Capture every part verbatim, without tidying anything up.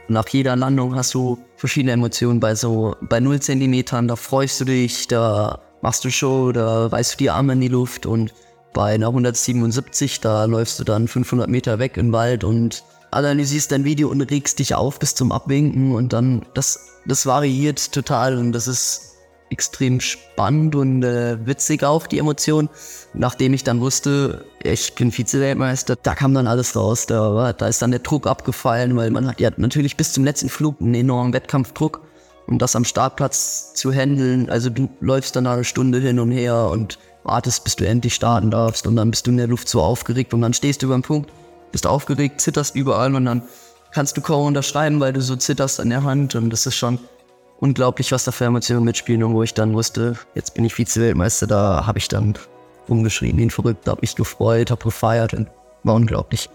Nach jeder Landung hast du verschiedene Emotionen. Bei so bei null Zentimetern, da freust du dich, da machst du Show, da reißt du die Arme in die Luft. Und bei einer hundertsiebenundsiebzig, da läufst du dann fünfhundert Meter weg im Wald und analysierst dein Video und regst dich auf bis zum Abwinken. Und dann, das, das variiert total und das ist extrem spannend und äh, witzig auch, die Emotionen. Nachdem ich dann wusste, ich bin Vize-Weltmeister, da kam dann alles raus. Da, war, da ist dann der Druck abgefallen, weil man hat ja natürlich bis zum letzten Flug einen enormen Wettkampfdruck, um das am Startplatz zu handeln. Also du läufst dann eine Stunde hin und her und wartest, bis du endlich starten darfst und dann bist du in der Luft so aufgeregt und dann stehst du über dem Punkt, bist aufgeregt, zitterst überall und dann kannst du kaum unterschreiben, weil du so zitterst an der Hand und das ist schon unglaublich, was da für Emotionen mitspielen und wo ich dann wusste, jetzt bin ich Vize-Weltmeister, da habe ich dann rumgeschrien, wie ein Verrückter, habe mich gefreut, habe gefeiert und war unglaublich.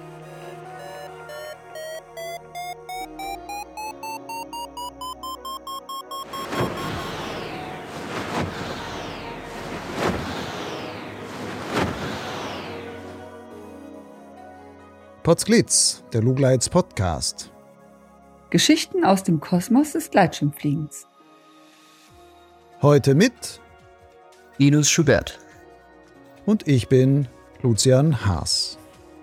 Podsglitz, der Lugleits Podcast. Geschichten aus dem Kosmos des Gleitschirmfliegens. Heute mit Linus Schubert. Und ich bin Lucian Haas.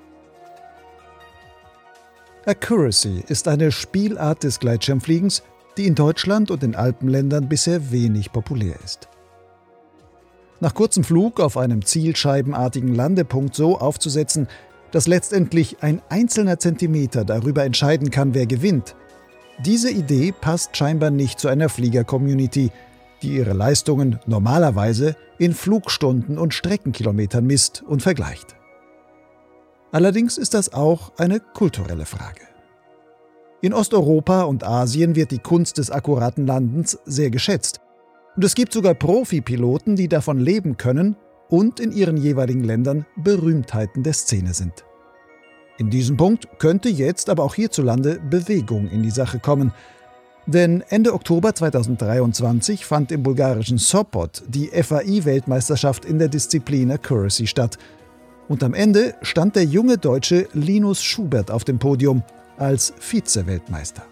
Accuracy ist eine Spielart des Gleitschirmfliegens, die in Deutschland und den Alpenländern bisher wenig populär ist. Nach kurzem Flug auf einem zielscheibenartigen Landepunkt so aufzusetzen, dass letztendlich ein einzelner Zentimeter darüber entscheiden kann, wer gewinnt. Diese Idee passt scheinbar nicht zu einer Flieger-Community, die ihre Leistungen normalerweise in Flugstunden und Streckenkilometern misst und vergleicht. Allerdings ist das auch eine kulturelle Frage. In Osteuropa und Asien wird die Kunst des akkuraten Landens sehr geschätzt. Und es gibt sogar Profipiloten, die davon leben können und in ihren jeweiligen Ländern Berühmtheiten der Szene sind. In diesem Punkt könnte jetzt aber auch hierzulande Bewegung in die Sache kommen. Denn Ende Oktober zweitausenddreiundzwanzig fand im bulgarischen Sopot die F A I-Weltmeisterschaft in der Disziplin Accuracy statt. Und am Ende stand der junge Deutsche Linus Schubert auf dem Podium als Vize-Weltmeister.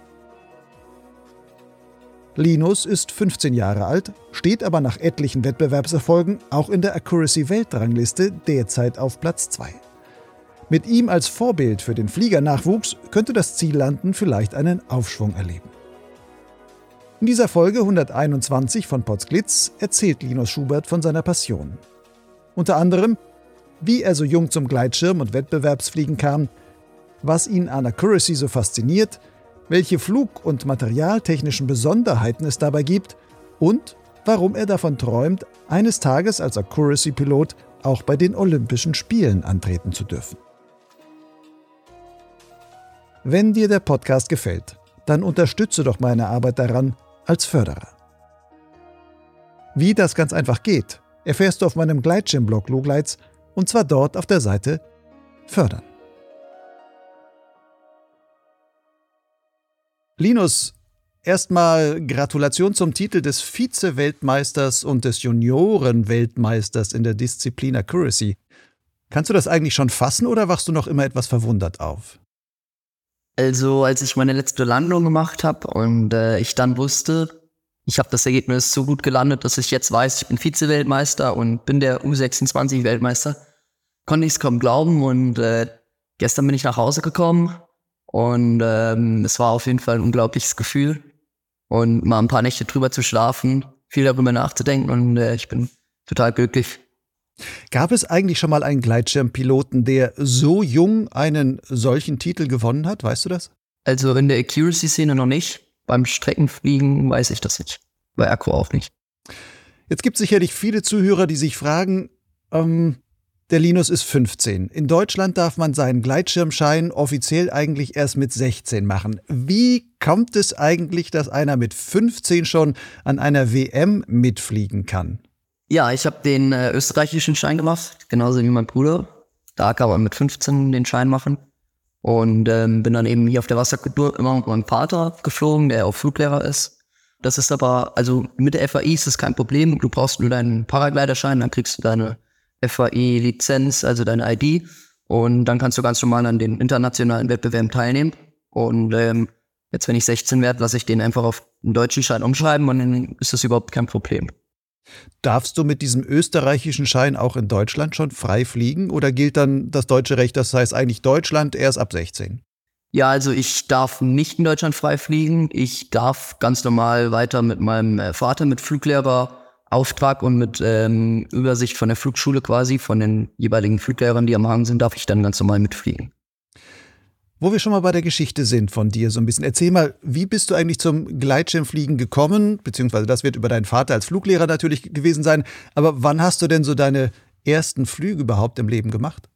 Linus ist fünfzehn Jahre alt, steht aber nach etlichen Wettbewerbserfolgen auch in der Accuracy-Weltrangliste derzeit auf Platz zwei. Mit ihm als Vorbild für den Fliegernachwuchs könnte das Ziellanden vielleicht einen Aufschwung erleben. In dieser Folge hunderteinundzwanzig von Podsglitz erzählt Linus Schubert von seiner Passion. Unter anderem, wie er so jung zum Gleitschirm- und Wettbewerbsfliegen kam, was ihn an Accuracy so fasziniert, welche flug- und materialtechnischen Besonderheiten es dabei gibt und warum er davon träumt, eines Tages als Accuracy-Pilot auch bei den Olympischen Spielen antreten zu dürfen. Wenn dir der Podcast gefällt, dann unterstütze doch meine Arbeit daran als Förderer. Wie das ganz einfach geht, erfährst du auf meinem Gleitschirmblog Lugleits und zwar dort auf der Seite Fördern. Linus, erstmal Gratulation zum Titel des Vize-Weltmeisters und des Junioren-Weltmeisters in der Disziplin Accuracy. Kannst du das eigentlich schon fassen oder wachst du noch immer etwas verwundert auf? Also als ich meine letzte Landung gemacht habe und äh, ich dann wusste, ich habe das Ergebnis so gut gelandet, dass ich jetzt weiß, ich bin Vize-Weltmeister und bin der U sechsundzwanzig-Weltmeister, konnte ich es kaum glauben und äh, gestern bin ich nach Hause gekommen. Und ähm, es war auf jeden Fall ein unglaubliches Gefühl. Und mal ein paar Nächte drüber zu schlafen, viel darüber nachzudenken und äh, ich bin total glücklich. Gab es eigentlich schon mal einen Gleitschirmpiloten, der so jung einen solchen Titel gewonnen hat? Weißt du das? Also in der Accuracy-Szene noch nicht. Beim Streckenfliegen weiß ich das nicht. Bei Akku auch nicht. Jetzt gibt es sicherlich viele Zuhörer, die sich fragen, ähm, der Linus ist fünfzehn. In Deutschland darf man seinen Gleitschirmschein offiziell eigentlich erst mit sechzehn machen. Wie kommt es eigentlich, dass einer mit fünfzehn schon an einer W M mitfliegen kann? Ja, ich habe den äh, österreichischen Schein gemacht, genauso wie mein Bruder. Da kann man mit fünfzehn den Schein machen. Und ähm, bin dann eben hier auf der Wassertour immer mit meinem Vater geflogen, der auch Fluglehrer ist. Das ist aber, also mit der F A I ist das kein Problem. Du brauchst nur deinen Paragliderschein, dann kriegst du deine F A I-Lizenz, also deine I D. Und dann kannst du ganz normal an den internationalen Wettbewerben teilnehmen. Und ähm, Jetzt, wenn ich sechzehn werde, lasse ich den einfach auf einen deutschen Schein umschreiben und dann ist das überhaupt kein Problem. Darfst du mit diesem österreichischen Schein auch in Deutschland schon frei fliegen oder gilt dann das deutsche Recht, das heißt eigentlich Deutschland erst ab sechzehn? Ja, also ich darf nicht in Deutschland frei fliegen. Ich darf ganz normal weiter mit meinem Vater, mit Fluglehrerauftrag und mit ähm, Übersicht von der Flugschule quasi, von den jeweiligen Fluglehrern, die am Hang sind, darf ich dann ganz normal mitfliegen. Wo wir schon mal bei der Geschichte sind von dir so ein bisschen. Erzähl mal, wie bist du eigentlich zum Gleitschirmfliegen gekommen? Beziehungsweise das wird über deinen Vater als Fluglehrer natürlich gewesen sein. Aber wann hast du denn so deine ersten Flüge überhaupt im Leben gemacht?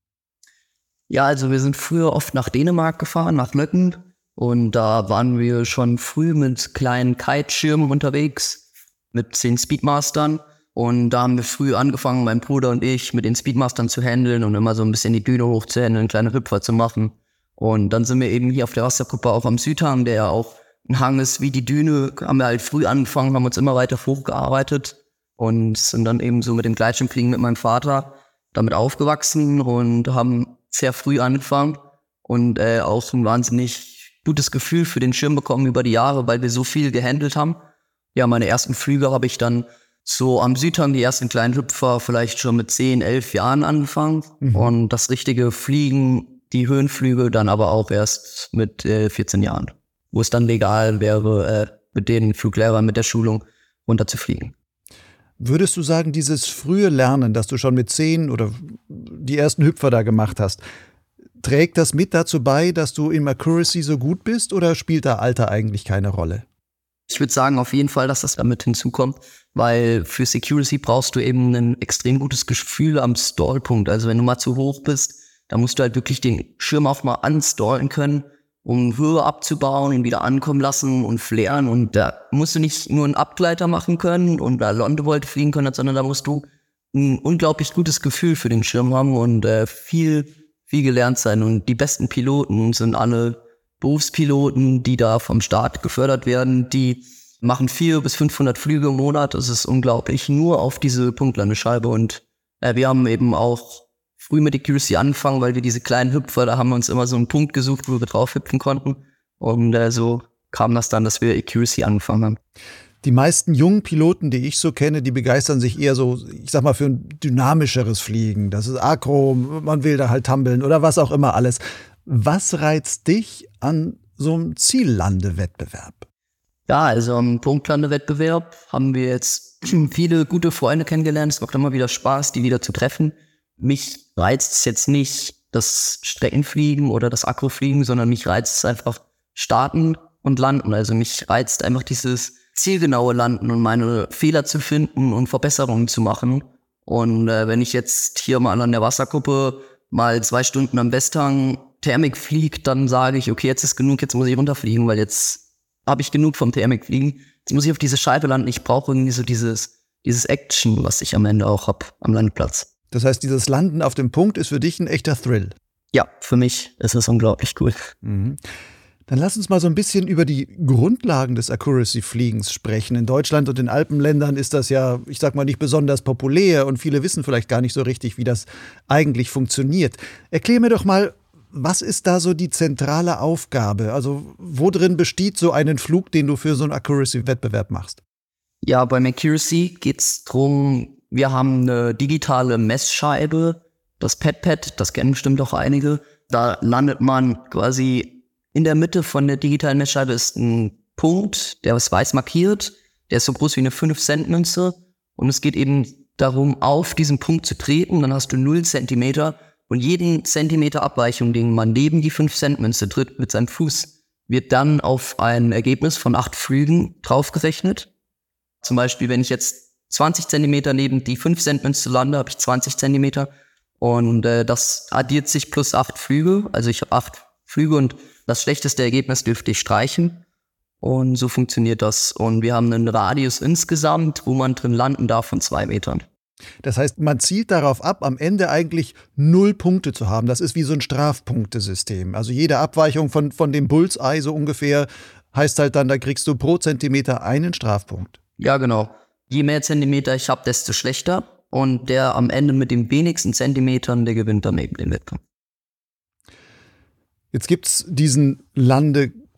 Ja, also wir sind früher oft nach Dänemark gefahren, nach Løkken. Und da waren wir schon früh mit kleinen Kiteschirmen unterwegs, mit zehn Speedmastern. Und da haben wir früh angefangen, mein Bruder und ich, mit den Speedmastern zu handeln und immer so ein bisschen die Düne hochzuhandeln, kleine Hüpfer zu machen. Und dann sind wir eben hier auf der Wasserkuppe auch am Südhang, der ja auch ein Hang ist wie die Düne, haben wir halt früh angefangen, haben uns immer weiter hochgearbeitet und sind dann eben so mit dem Gleitschirmfliegen mit meinem Vater damit aufgewachsen und haben sehr früh angefangen und äh, auch ein wahnsinnig gutes Gefühl für den Schirm bekommen über die Jahre, weil wir so viel gehandelt haben. Ja, meine ersten Flüge habe ich dann so am Südhang, die ersten kleinen Hüpfer, vielleicht schon mit zehn, elf Jahren angefangen. Mhm. Und das richtige Fliegen, die Höhenflüge dann aber auch erst mit äh, vierzehn Jahren, wo es dann legal wäre, äh, mit den Fluglehrern, mit der Schulung runter zu fliegen. Würdest du sagen, dieses frühe Lernen, das du schon mit zehn oder die ersten Hüpfer da gemacht hast, trägt das mit dazu bei, dass du im Accuracy so gut bist oder spielt da Alter eigentlich keine Rolle? Ich würde sagen auf jeden Fall, dass das damit hinzukommt, weil für Security brauchst du eben ein extrem gutes Gefühl am Stallpunkt. Also wenn du mal zu hoch bist, da musst du halt wirklich den Schirm auch mal anstallen können, um Höhe abzubauen und wieder ankommen lassen und flären. Und da musst du nicht nur einen Abgleiter machen können und da Londevolte fliegen können, sondern da musst du ein unglaublich gutes Gefühl für den Schirm haben und äh, viel, viel gelernt sein. Und die besten Piloten sind alle Berufspiloten, die da vom Staat gefördert werden. Die machen vierhundert bis fünfhundert Flüge im Monat. Das ist unglaublich, nur auf diese Punktlandescheibe. Und äh, wir haben eben auch früh mit Accuracy angefangen, weil wir diese kleinen Hüpfer, da haben wir uns immer so einen Punkt gesucht, wo wir drauf hüpfen konnten. Und äh, so kam das dann, dass wir Accuracy angefangen haben. Die meisten jungen Piloten, die ich so kenne, die begeistern sich eher so, ich sag mal, für ein dynamischeres Fliegen. Das ist Akro, man will da halt tummeln oder was auch immer alles. Was reizt dich an so einem Ziellandewettbewerb? Ja, also am Punktlandewettbewerb haben wir jetzt viele gute Freunde kennengelernt. Es macht immer wieder Spaß, die wieder zu treffen. Mich reizt es jetzt nicht das Streckenfliegen oder das Akrofliegen, sondern mich reizt es einfach starten und landen. Also mich reizt einfach dieses zielgenaue Landen und meine Fehler zu finden und Verbesserungen zu machen. Und äh, wenn ich jetzt hier mal an der Wasserkuppe mal zwei Stunden am Westhang Thermik fliege, dann sage ich, okay, jetzt ist genug, jetzt muss ich runterfliegen, weil jetzt habe ich genug vom Thermikfliegen. Jetzt muss ich auf diese Scheibe landen. Ich brauche irgendwie so dieses, dieses Action, was ich am Ende auch habe am Landeplatz. Das heißt, dieses Landen auf dem Punkt ist für dich ein echter Thrill? Ja, für mich ist es unglaublich cool. Mhm. Dann lass uns mal so ein bisschen über die Grundlagen des Accuracy-Fliegens sprechen. In Deutschland und den Alpenländern ist das ja, ich sag mal, nicht besonders populär und viele wissen vielleicht gar nicht so richtig, wie das eigentlich funktioniert. Erklär mir doch mal, was ist da so die zentrale Aufgabe? Also wo drin besteht so einen Flug, den du für so einen Accuracy-Wettbewerb machst? Ja, beim Accuracy geht es darum, wir haben eine digitale Messscheibe, das PadPad, das kennen bestimmt auch einige. Da landet man quasi in der Mitte von der digitalen Messscheibe ist ein Punkt, der ist weiß markiert, der ist so groß wie eine fünf Cent Münze und es geht eben darum, auf diesen Punkt zu treten, dann hast du null Zentimeter und jeden Zentimeter Abweichung, den man neben die fünf Cent Münze tritt mit seinem Fuß, wird dann auf ein Ergebnis von acht Flügen draufgerechnet. Zum Beispiel, wenn ich jetzt zwanzig Zentimeter neben die fünf Cent Münze lande, habe ich zwanzig Zentimeter und äh, das addiert sich plus acht Flüge, also ich habe acht Flüge und das schlechteste Ergebnis dürfte ich streichen und so funktioniert das und wir haben einen Radius insgesamt, wo man drin landen darf von zwei Metern. Das heißt, man zielt darauf ab, am Ende eigentlich null Punkte zu haben. Das ist wie so ein Strafpunktesystem. Also jede Abweichung von, von dem Bullseye so ungefähr heißt halt dann, da kriegst du pro Zentimeter einen Strafpunkt. Ja, genau. Je mehr Zentimeter ich habe, desto schlechter. Und der am Ende mit den wenigsten Zentimetern, der gewinnt dann eben den Wettkampf. Jetzt gibt es diesen Landepunkt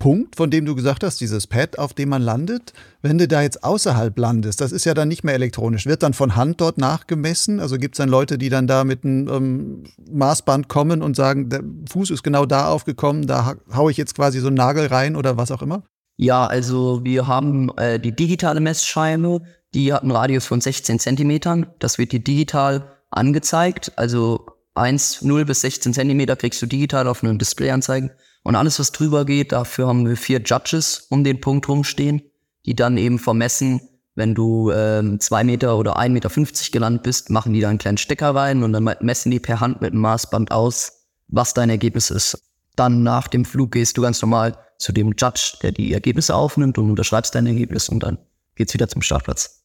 Punkt, von dem du gesagt hast, dieses Pad, auf dem man landet, wenn du da jetzt außerhalb landest, das ist ja dann nicht mehr elektronisch, wird dann von Hand dort nachgemessen? Also gibt es dann Leute, die dann da mit einem ähm, Maßband kommen und sagen, der Fuß ist genau da aufgekommen, da ha- haue ich jetzt quasi so einen Nagel rein oder was auch immer? Ja, also wir haben äh, die digitale Messscheibe, die hat einen Radius von sechzehn Zentimetern. Das wird dir digital angezeigt. Also eins, null bis sechzehn Zentimeter kriegst du digital auf einem Display anzeigen. Und alles, was drüber geht, dafür haben wir vier Judges um den Punkt rumstehen, die dann eben vermessen, wenn du ähm, zwei Meter oder ein Meter fünfzig gelandet bist, machen die da einen kleinen Stecker rein und dann messen die per Hand mit dem Maßband aus, was dein Ergebnis ist. Dann nach dem Flug gehst du ganz normal zu dem Judge, der die Ergebnisse aufnimmt und unterschreibst dein Ergebnis und dann geht's wieder zum Startplatz.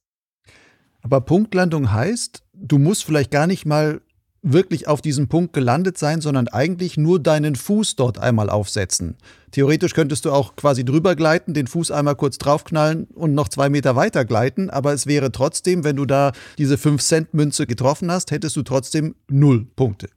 Aber Punktlandung heißt, du musst vielleicht gar nicht mal wirklich auf diesem Punkt gelandet sein, sondern eigentlich nur deinen Fuß dort einmal aufsetzen. Theoretisch könntest du auch quasi drüber gleiten, den Fuß einmal kurz draufknallen und noch zwei Meter weiter gleiten, aber es wäre trotzdem, wenn du da diese fünf Cent Münze getroffen hast, hättest du trotzdem null Punkte.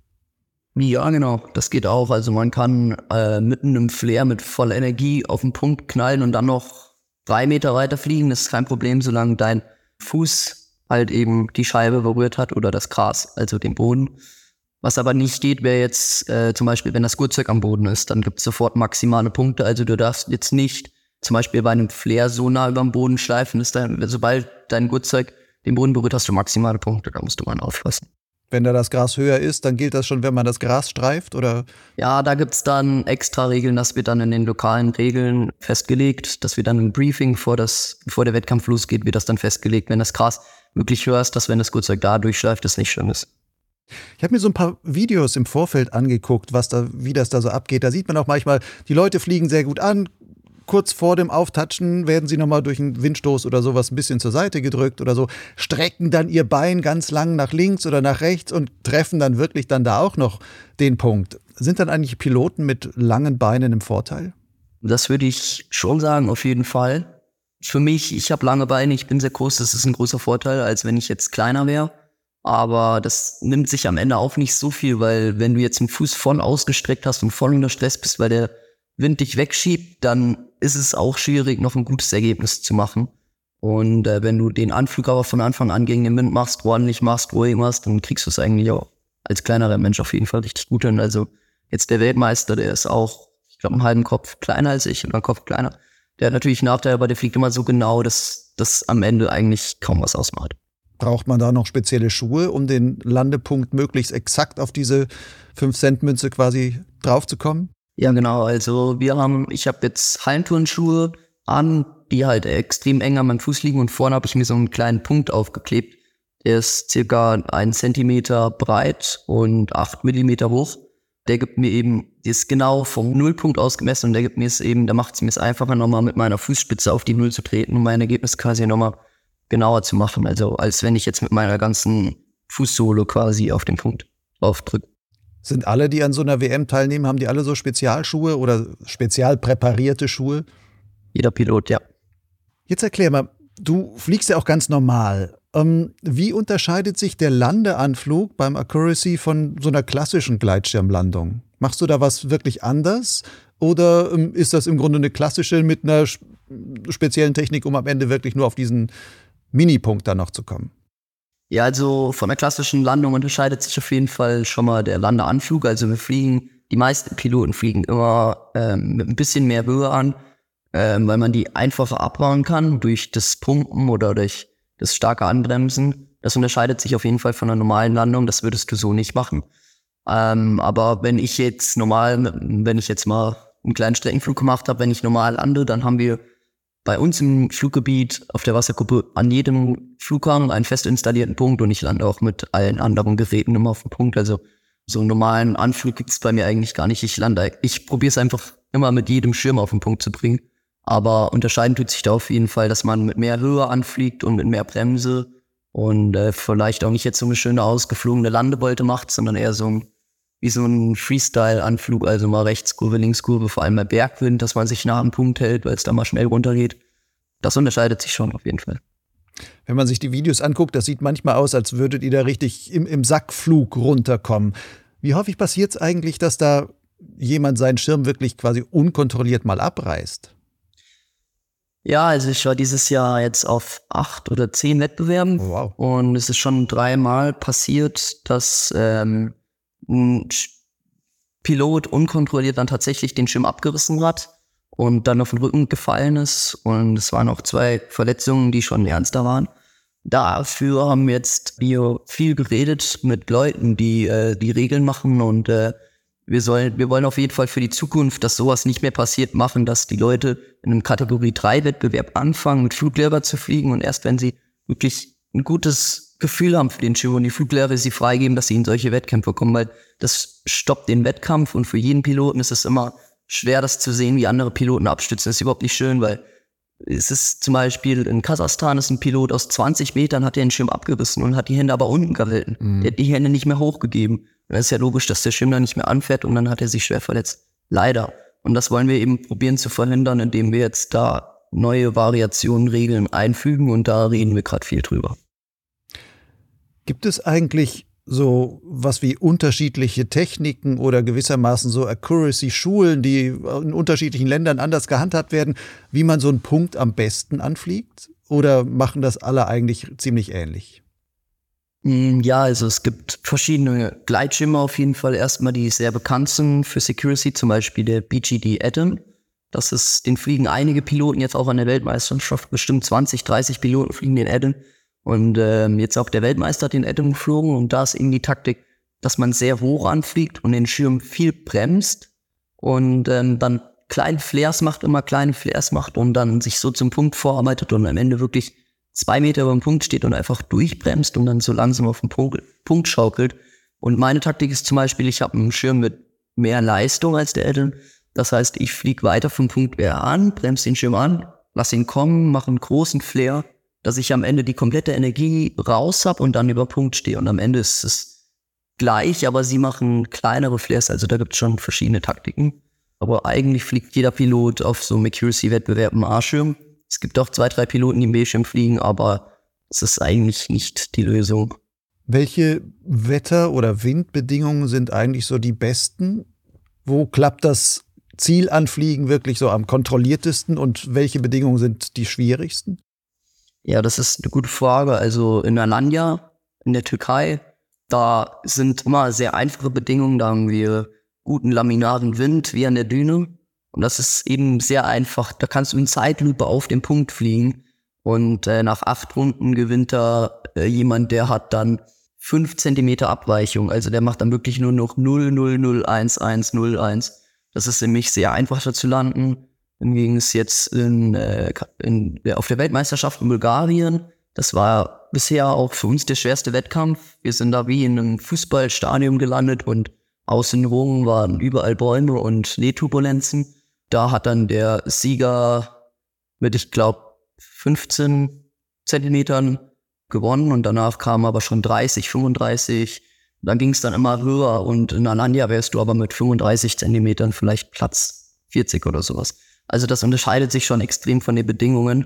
Ja, genau, das geht auch. Also man kann äh, mitten im Flair mit voller Energie auf den Punkt knallen und dann noch drei Meter weiter fliegen. Das ist kein Problem, solange dein Fuß halt eben die Scheibe berührt hat oder das Gras, also den Boden. Was aber nicht geht, wäre jetzt äh, zum Beispiel, wenn das Gurtzeug am Boden ist, dann gibt es sofort maximale Punkte. Also du darfst jetzt nicht zum Beispiel bei einem Flair so nah über dem Boden schleifen, dass dann, sobald dein Gurtzeug den Boden berührt, hast du maximale Punkte. Da musst du mal aufpassen. Wenn da das Gras höher ist, dann gilt das schon, wenn man das Gras streift, oder? Ja, da gibt's dann extra Regeln, das wird dann in den lokalen Regeln festgelegt. Das wird dann im Briefing, vor, das, bevor der Wettkampf losgeht, wird das dann festgelegt, wenn das Gras wirklich höher ist, dass wenn das Gurtzeug da durchschleift, das nicht schlimm ist. Ich habe mir so ein paar Videos im Vorfeld angeguckt, was da, wie das da so abgeht. Da sieht man auch manchmal, die Leute fliegen sehr gut an. Kurz vor dem Auftatschen werden sie nochmal durch einen Windstoß oder sowas ein bisschen zur Seite gedrückt oder so, strecken dann ihr Bein ganz lang nach links oder nach rechts und treffen dann wirklich dann da auch noch den Punkt. Sind dann eigentlich Piloten mit langen Beinen im Vorteil? Das würde ich schon sagen, auf jeden Fall. Für mich, ich habe lange Beine, ich bin sehr groß, das ist ein großer Vorteil, als wenn ich jetzt kleiner wäre. Aber das nimmt sich am Ende auch nicht so viel, weil wenn du jetzt den Fuß voll ausgestreckt hast und voll unter Stress bist, weil der Wind dich wegschiebt, dann ist es auch schwierig, noch ein gutes Ergebnis zu machen. Und äh, wenn du den Anflug aber von Anfang an gegen den Wind machst, ordentlich machst, ruhig machst, dann kriegst du es eigentlich auch als kleinerer Mensch auf jeden Fall richtig gut hin. Also jetzt der Weltmeister, der ist auch, ich glaube, einen halben Kopf kleiner als ich oder einen Kopf kleiner. Der hat natürlich einen Nachteil, aber der fliegt immer so genau, dass das am Ende eigentlich kaum was ausmacht. Braucht man da noch spezielle Schuhe, um den Landepunkt möglichst exakt auf diese fünf Cent Münze quasi draufzukommen? Ja, genau. Also wir haben, ich habe jetzt Hallenturnschuhe an, die halt extrem eng an meinem Fuß liegen und vorne habe ich mir so einen kleinen Punkt aufgeklebt. Der ist circa einen Zentimeter breit und acht Millimeter hoch. Der gibt mir eben, die ist genau vom Nullpunkt ausgemessen und der gibt mir es eben, da macht es mir es einfacher, nochmal mit meiner Fußspitze auf die Null zu treten und mein Ergebnis quasi nochmal genauer zu machen. Also als wenn ich jetzt mit meiner ganzen Fußsohle quasi auf den Punkt aufdrücke. Sind alle, die an so einer W M teilnehmen, haben die alle so Spezialschuhe oder spezial präparierte Schuhe? Jeder Pilot, ja. Jetzt erklär mal, du fliegst ja auch ganz normal. Ähm, wie unterscheidet sich der Landeanflug beim Accuracy von so einer klassischen Gleitschirmlandung? Machst du da was wirklich anders? Oder ähm, ist das im Grunde eine klassische mit einer speziellen Technik, um am Ende wirklich nur auf diesen Minipunkt dann noch zu kommen? Ja, also von der klassischen Landung unterscheidet sich auf jeden Fall schon mal der Landeanflug. Also wir fliegen, die meisten Piloten fliegen immer ähm, mit ein bisschen mehr Höhe an, ähm, weil man die einfacher abbauen kann durch das Pumpen oder durch das starke Anbremsen. Das unterscheidet sich auf jeden Fall von einer normalen Landung. Das würdest du so nicht machen. Ähm, aber wenn ich jetzt normal, wenn ich jetzt mal einen kleinen Streckenflug gemacht habe, wenn ich normal lande, dann haben wir bei uns im Fluggebiet auf der Wasserkuppe an jedem Flughang einen fest installierten Punkt und ich lande auch mit allen anderen Geräten immer auf dem Punkt. Also so einen normalen Anflug gibt es bei mir eigentlich gar nicht. Ich lande, ich probiere es einfach immer mit jedem Schirm auf den Punkt zu bringen. Aber unterscheiden tut sich da auf jeden Fall, dass man mit mehr Höhe anfliegt und mit mehr Bremse und äh, vielleicht auch nicht jetzt so eine schöne ausgeflogene Landebeute macht, sondern eher so ein wie so ein Freestyle-Anflug, also mal Rechtskurve, Linkskurve, vor allem bei Bergwind, dass man sich nah am Punkt hält, weil es da mal schnell runtergeht. Das unterscheidet sich schon auf jeden Fall. Wenn man sich die Videos anguckt, das sieht manchmal aus, als würdet ihr da richtig im, im Sackflug runterkommen. Wie häufig passiert es eigentlich, dass da jemand seinen Schirm wirklich quasi unkontrolliert mal abreißt? Ja, also ich war dieses Jahr jetzt auf acht oder zehn Wettbewerben. Oh, wow. Und es ist schon dreimal passiert, dass ähm, ein Pilot unkontrolliert dann tatsächlich den Schirm abgerissen hat und dann auf den Rücken gefallen ist. Und es waren auch zwei Verletzungen, die schon ernster waren. Dafür haben jetzt wir viel geredet mit Leuten, die äh, die Regeln machen, und äh, wir sollen, wir wollen auf jeden Fall für die Zukunft, dass sowas nicht mehr passiert, machen, dass die Leute in einem Kategorie drei Wettbewerb anfangen, mit Fluglehrer zu fliegen, und erst wenn sie wirklich ein gutes Gefühl haben für den Schirm und die Fluglehrer sie freigeben, dass sie in solche Wettkämpfe kommen, weil das stoppt den Wettkampf, und für jeden Piloten ist es immer schwer, das zu sehen, wie andere Piloten abstützen. Das ist überhaupt nicht schön, weil es ist zum Beispiel in Kasachstan ist ein Pilot aus zwanzig Metern, hat den Schirm abgerissen und hat die Hände aber unten gehalten. Mhm. Der hat die Hände nicht mehr hochgegeben. Und dann ist ja logisch, dass der Schirm dann nicht mehr anfährt, und dann hat er sich schwer verletzt. Leider. Und das wollen wir eben probieren zu verhindern, indem wir jetzt da neue Variationen, Regeln einfügen, und da reden wir gerade viel drüber. Gibt es eigentlich so was wie unterschiedliche Techniken oder gewissermaßen so Accuracy-Schulen, die in unterschiedlichen Ländern anders gehandhabt werden, wie man so einen Punkt am besten anfliegt? Oder machen das alle eigentlich ziemlich ähnlich? Ja, also es gibt verschiedene Gleitschirme auf jeden Fall. Erstmal, die sehr bekannt sind für Security, zum Beispiel der B G D Atom. Das ist, den fliegen einige Piloten jetzt auch an der Weltmeisterschaft, bestimmt zwanzig, dreißig Piloten fliegen den Atom. Und ähm, jetzt auch der Weltmeister hat den Atom geflogen, und da ist eben die Taktik, dass man sehr hoch anfliegt und den Schirm viel bremst und ähm, dann kleine Flares macht, immer kleine Flares macht und dann sich so zum Punkt vorarbeitet und am Ende wirklich zwei Meter über dem Punkt steht und einfach durchbremst und dann so langsam auf den Punkt, Punkt schaukelt. Und meine Taktik ist zum Beispiel, ich habe einen Schirm mit mehr Leistung als der Atom. Das heißt, ich fliege weiter vom Punkt R an, bremse den Schirm an, lass ihn kommen, mache einen großen Flare, dass ich am Ende die komplette Energie raus habe und dann über Punkt stehe. Und am Ende ist es gleich, aber sie machen kleinere Flares. Also da gibt es schon verschiedene Taktiken. Aber eigentlich fliegt jeder Pilot auf so einem Accuracy-Wettbewerb einen A-Schirm. Es gibt auch zwei, drei Piloten, die einen B-Schirm fliegen, aber es ist eigentlich nicht die Lösung. Welche Wetter- oder Windbedingungen sind eigentlich so die besten? Wo klappt das Zielanfliegen wirklich so am kontrolliertesten und welche Bedingungen sind die schwierigsten? Ja, das ist eine gute Frage. Also in Alanya, in der Türkei, da sind immer sehr einfache Bedingungen. Da haben wir guten laminaren Wind wie an der Düne. Und das ist eben sehr einfach. Da kannst du in Zeitlupe auf den Punkt fliegen. Und äh, nach acht Runden gewinnt da äh, jemand, der hat dann fünf Zentimeter Abweichung. Also der macht dann wirklich nur noch null Komma null null eins eins null eins. Das ist nämlich sehr einfach da zu landen. Dann ging es jetzt in, äh, in, ja, auf der Weltmeisterschaft in Bulgarien. Das war bisher auch für uns der schwerste Wettkampf. Wir sind da wie in einem Fußballstadion gelandet und außenrum waren überall Bäume und Schneeturbulenzen. Da hat dann der Sieger mit, ich glaube, fünfzehn Zentimetern gewonnen und danach kamen aber schon dreißig, fünfunddreißig. Dann ging es dann immer höher und in Alanya wärst du aber mit fünfunddreißig Zentimetern vielleicht Platz vierzig oder sowas. Also das unterscheidet sich schon extrem von den Bedingungen.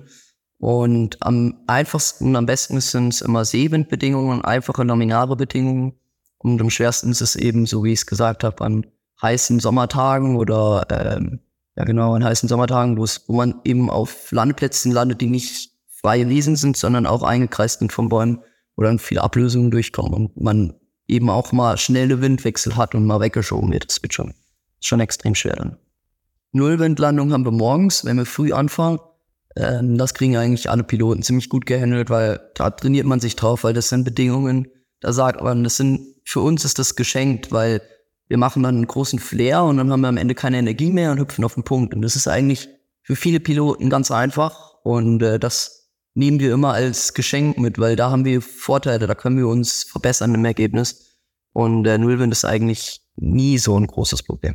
Und am einfachsten und am besten sind es immer Seewindbedingungen, einfache laminare Bedingungen. Und am schwersten ist es eben, so wie ich es gesagt habe, an heißen Sommertagen oder ähm, ja genau, an heißen Sommertagen, wo es, wo man eben auf Landeplätzen landet, die nicht freie Wiesen sind, sondern auch eingekreist sind von Bäumen, wo dann viele Ablösungen durchkommen und man eben auch mal schnelle Windwechsel hat und mal weggeschoben wird. Das wird schon, schon extrem schwer dann. Nullwindlandung haben wir morgens, wenn wir früh anfangen. Ähm, das kriegen eigentlich alle Piloten ziemlich gut gehandelt, weil da trainiert man sich drauf, weil das sind Bedingungen, da sagt man, das sind, für uns ist das geschenkt, weil wir machen dann einen großen Flare und dann haben wir am Ende keine Energie mehr und hüpfen auf den Punkt. Und das ist eigentlich für viele Piloten ganz einfach und äh, das nehmen wir immer als Geschenk mit, weil da haben wir Vorteile, da können wir uns verbessern im Ergebnis. Und der äh, Nullwind ist eigentlich nie so ein großes Problem.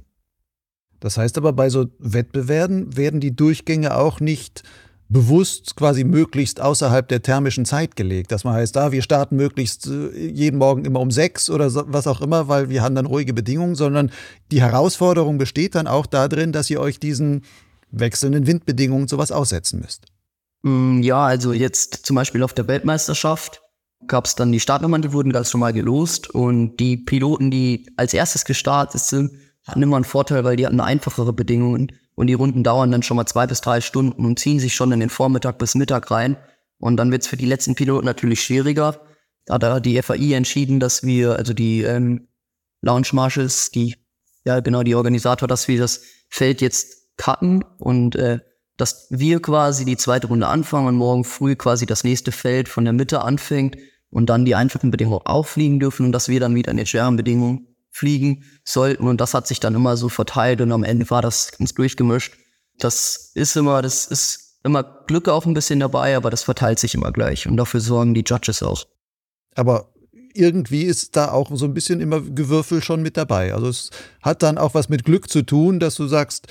Das heißt aber, bei so Wettbewerben werden die Durchgänge auch nicht bewusst quasi möglichst außerhalb der thermischen Zeit gelegt. Dass man heißt, da wir starten möglichst jeden Morgen immer um sechs oder so, was auch immer, weil wir haben dann ruhige Bedingungen, sondern die Herausforderung besteht dann auch darin, dass ihr euch diesen wechselnden Windbedingungen sowas aussetzen müsst. Ja, also jetzt zum Beispiel auf der Weltmeisterschaft gab es dann die Startnummern, die wurden ganz normal gelost und die Piloten, die als erstes gestartet sind, hatten immer einen Vorteil, weil die hatten einfachere Bedingungen und die Runden dauern dann schon mal zwei bis drei Stunden und ziehen sich schon in den Vormittag bis Mittag rein. Und dann wird es für die letzten Piloten natürlich schwieriger. Da hat die F A I entschieden, dass wir, also die ähm, Launch Marshals, die, ja genau, die Organisator, dass wir das Feld jetzt cutten und äh, dass wir quasi die zweite Runde anfangen und morgen früh quasi das nächste Feld von der Mitte anfängt und dann die einfachen Bedingungen auch fliegen dürfen und dass wir dann wieder in den schweren Bedingungen fliegen sollten. Und das hat sich dann immer so verteilt und am Ende war das ganz durchgemischt. Das ist immer, das ist immer Glück auch ein bisschen dabei, aber das verteilt sich immer gleich und dafür sorgen die Judges auch. Aber irgendwie ist da auch so ein bisschen immer Gewürfel schon mit dabei. Also es hat dann auch was mit Glück zu tun, dass du sagst,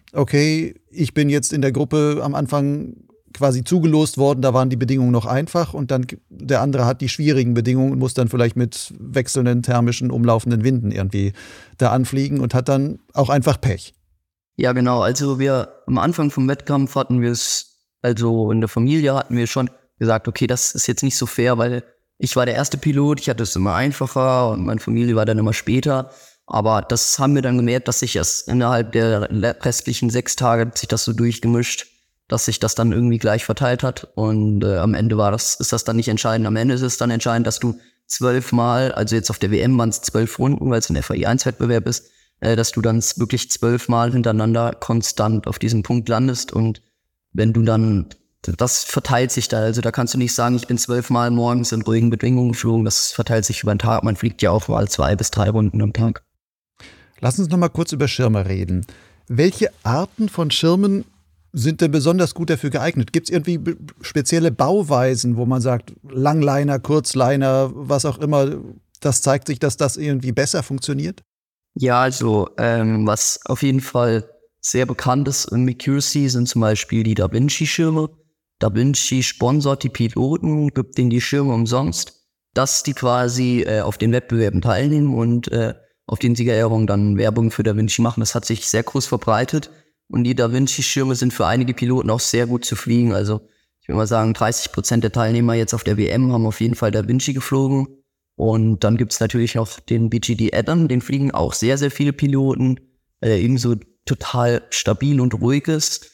okay, ich bin jetzt in der Gruppe am Anfang quasi zugelost worden, da waren die Bedingungen noch einfach und dann der andere hat die schwierigen Bedingungen und muss dann vielleicht mit wechselnden thermischen, umlaufenden Winden irgendwie da anfliegen und hat dann auch einfach Pech. Ja, genau. Also wir am Anfang vom Wettkampf hatten wir es, also in der Familie hatten wir schon gesagt, okay, das ist jetzt nicht so fair, weil ich war der erste Pilot, ich hatte es immer einfacher und meine Familie war dann immer später. Aber das haben wir dann gemerkt, dass sich das innerhalb der restlichen sechs Tage sich das so durchgemischt, dass sich das dann irgendwie gleich verteilt hat. Und äh, am Ende war das, ist das dann nicht entscheidend. Am Ende ist es dann entscheidend, dass du zwölfmal, also jetzt auf der W M waren es zwölf Runden, weil es ein F A I eins Wettbewerb ist, äh, dass du dann wirklich zwölfmal hintereinander konstant auf diesem Punkt landest. Und wenn du dann, das verteilt sich da. Also da kannst du nicht sagen, ich bin zwölfmal morgens in ruhigen Bedingungen geflogen. Das verteilt sich über den Tag. Man fliegt ja auch mal zwei bis drei Runden am Tag. Lass uns noch mal kurz über Schirme reden. Welche Arten von Schirmen sind denn besonders gut dafür geeignet? Gibt es irgendwie b- spezielle Bauweisen, wo man sagt, Langliner, Kurzliner, was auch immer, das zeigt sich, dass das irgendwie besser funktioniert? Ja, also ähm, was auf jeden Fall sehr bekannt ist im Accuracy sind zum Beispiel die DaVinci-Schirme. DaVinci sponsort die Piloten, gibt denen die Schirme umsonst, dass die quasi äh, auf den Wettbewerben teilnehmen und äh, auf den Siegerehrungen dann Werbung für DaVinci machen. Das hat sich sehr groß verbreitet und die DaVinci-Schirme sind für einige Piloten auch sehr gut zu fliegen. Also ich würde mal sagen, dreißig Prozent der Teilnehmer jetzt auf der W M haben auf jeden Fall DaVinci geflogen. Und dann gibt's natürlich noch den B G D Adam, den fliegen auch sehr, sehr viele Piloten, weil er eben so total stabil und ruhig ist.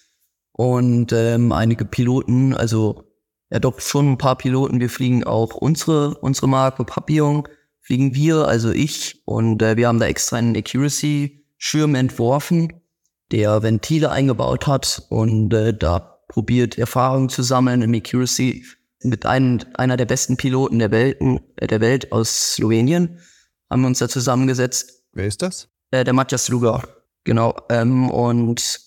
Und ähm, einige Piloten, also ja doch schon ein paar Piloten, wir fliegen auch unsere unsere Marke Papillon, fliegen wir, also ich. Und äh, wir haben da extra einen Accuracy-Schirm entworfen, der Ventile eingebaut hat und äh, da probiert Erfahrung zu sammeln im Accuracy mit einem, einer der besten Piloten der Welt, äh, der Welt aus Slowenien, haben wir uns da zusammengesetzt. Wer ist das? Äh, der Matja Sluga, genau. Ähm, und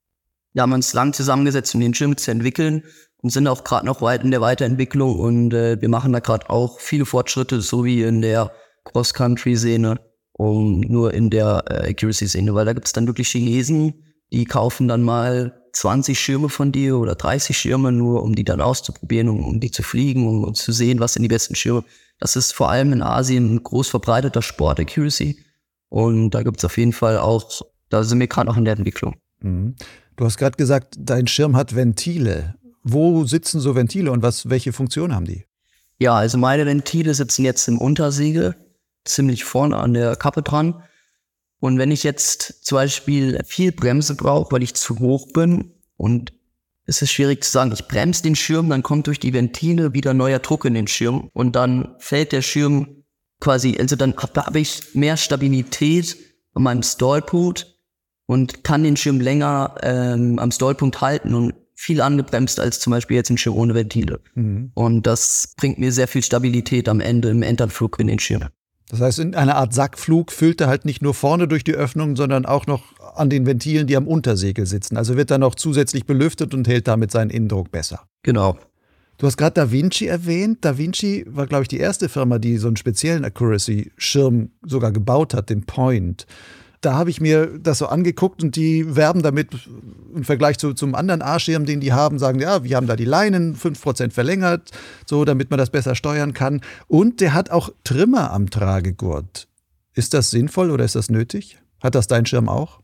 da haben wir uns lang zusammengesetzt, um den Schirm zu entwickeln und sind auch gerade noch weit in der Weiterentwicklung und äh, wir machen da gerade auch viele Fortschritte, so wie in der Cross-Country-Szene und nur in der äh, Accuracy-Szene, weil da gibt es dann wirklich Chinesen, die kaufen dann mal zwanzig Schirme von dir oder dreißig Schirme nur, um die dann auszuprobieren, um, um die zu fliegen, um, um zu sehen, was sind die besten Schirme. Das ist vor allem in Asien ein groß verbreiteter Sport, Accuracy. Und da gibt es auf jeden Fall auch, da sind wir gerade noch in der Entwicklung. Mhm. Du hast gerade gesagt, dein Schirm hat Ventile. Wo sitzen so Ventile und was, welche Funktion haben die? Ja, also meine Ventile sitzen jetzt im Untersegel, ziemlich vorne an der Kappe dran. Und wenn ich jetzt zum Beispiel viel Bremse brauche, weil ich zu hoch bin und es ist schwierig zu sagen, ich bremse den Schirm, dann kommt durch die Ventile wieder neuer Druck in den Schirm und dann fällt der Schirm quasi, also dann habe ich mehr Stabilität an meinem Stallpunkt und kann den Schirm länger ähm, am Stallpunkt halten und viel angebremst als zum Beispiel jetzt ein Schirm ohne Ventile. Mhm. Und das bringt mir sehr viel Stabilität am Ende im Enternflug in den Schirm. Das heißt, in einer Art Sackflug füllt er halt nicht nur vorne durch die Öffnung, sondern auch noch an den Ventilen, die am Untersegel sitzen. Also wird er noch zusätzlich belüftet und hält damit seinen Innendruck besser. Genau. Du hast gerade DaVinci erwähnt. DaVinci war, glaube ich, die erste Firma, die so einen speziellen Accuracy-Schirm sogar gebaut hat, den Point. Da habe ich mir das so angeguckt und die werben damit im Vergleich zu, zum anderen A-Schirm, den die haben, sagen, ja, wir haben da die Leinen fünf Prozent verlängert, so, damit man das besser steuern kann. Und der hat auch Trimmer am Tragegurt. Ist das sinnvoll oder ist das nötig? Hat das dein Schirm auch?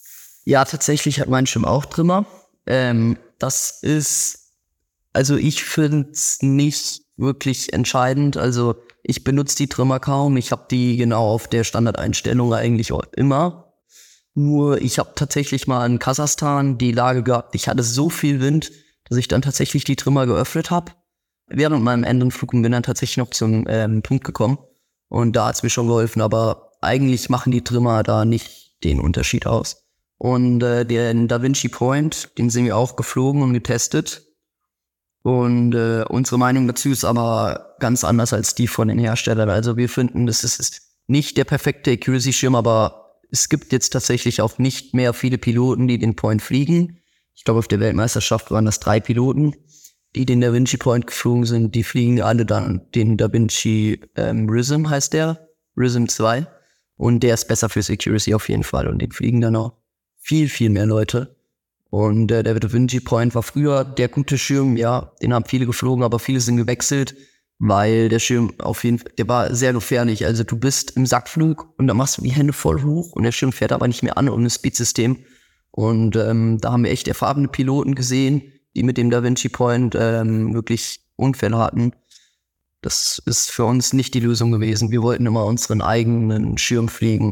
Ja, tatsächlich hat mein Schirm auch Trimmer. Ähm, das ist, also ich finde es nicht wirklich entscheidend. Also ich benutze die Trimmer kaum. Ich habe die genau auf der Standardeinstellung eigentlich auch immer. Nur ich habe tatsächlich mal in Kasachstan die Lage gehabt, ich hatte so viel Wind, dass ich dann tatsächlich die Trimmer geöffnet habe. Während meinem Endenflug bin dann tatsächlich noch zum ähm, Punkt gekommen. Und da hat's mir schon geholfen, aber eigentlich machen die Trimmer da nicht den Unterschied aus. Und äh, den Da Vinci Point, den sind wir auch geflogen und getestet. Und äh, unsere Meinung dazu ist aber ganz anders als die von den Herstellern. Also wir finden, das ist, ist nicht der perfekte Accuracy-Schirm, aber es gibt jetzt tatsächlich auch nicht mehr viele Piloten, die den Point fliegen. Ich glaube, auf der Weltmeisterschaft waren das drei Piloten, die den Da Vinci Point geflogen sind. Die fliegen alle dann den Da Vinci ähm, Rhythm, heißt der, Rhythm zwei. Und der ist besser fürs Accuracy auf jeden Fall. Und den fliegen dann auch viel, viel mehr Leute. Und äh, der Da Vinci Point war früher der gute Schirm, ja, den haben viele geflogen, aber viele sind gewechselt, weil der Schirm auf jeden Fall, der war sehr gefährlich. Also du bist im Sackflug und dann machst du die Hände voll hoch und der Schirm fährt aber nicht mehr an ohne Speedsystem. Und ähm, da haben wir echt erfahrene Piloten gesehen, die mit dem Da Vinci Point ähm, wirklich Unfälle hatten. Das ist für uns nicht die Lösung gewesen. Wir wollten immer unseren eigenen Schirm fliegen.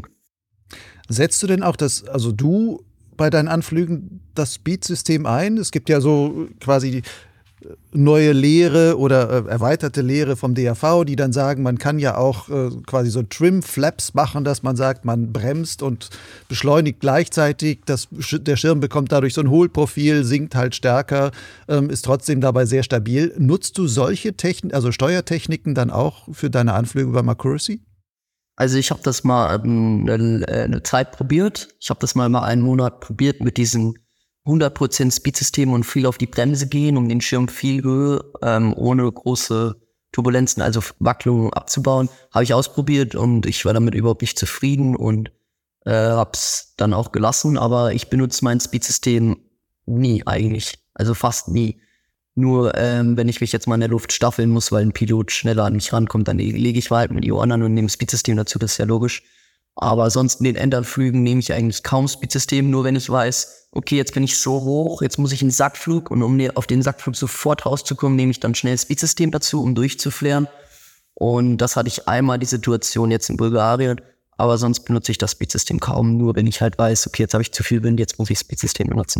Setzt du denn auch das, also du bei deinen Anflügen das Speed-System ein? Es gibt ja so quasi neue Lehre oder äh, erweiterte Lehre vom D A V, die dann sagen, man kann ja auch äh, quasi so Trim-Flaps machen, dass man sagt, man bremst und beschleunigt gleichzeitig. Das, der Schirm bekommt dadurch so ein Hohlprofil, sinkt halt stärker, ähm, ist trotzdem dabei sehr stabil. Nutzt du solche Techniken, also Steuertechniken dann auch für deine Anflüge beim Accuracy? Also ich habe das mal ähm, eine, eine Zeit probiert. Ich habe das mal mal einen Monat probiert mit diesem hundert Prozent Speed-System und viel auf die Bremse gehen, um den Schirm viel Höhe ähm, ohne große Turbulenzen, also Wacklungen abzubauen. Habe ich ausprobiert und ich war damit überhaupt nicht zufrieden und äh, habe es dann auch gelassen. Aber ich benutze mein Speed-System nie eigentlich, also fast nie. Nur ähm, wenn ich mich jetzt mal in der Luft staffeln muss, weil ein Pilot schneller an mich rankommt, dann lege ich mal halt mit die Ohren an und nehme Speedsystem dazu, das ist ja logisch. Aber sonst in den Endanflügen nehme ich eigentlich kaum Speedsystem, nur wenn ich weiß, okay, jetzt bin ich so hoch, jetzt muss ich einen Sackflug und um auf den Sackflug sofort rauszukommen, nehme ich dann schnell Speedsystem dazu, um durchzuflären. Und das hatte ich einmal die Situation jetzt in Bulgarien, aber sonst benutze ich das Speedsystem kaum, nur wenn ich halt weiß, okay, jetzt habe ich zu viel Wind, jetzt muss ich Speedsystem benutzen.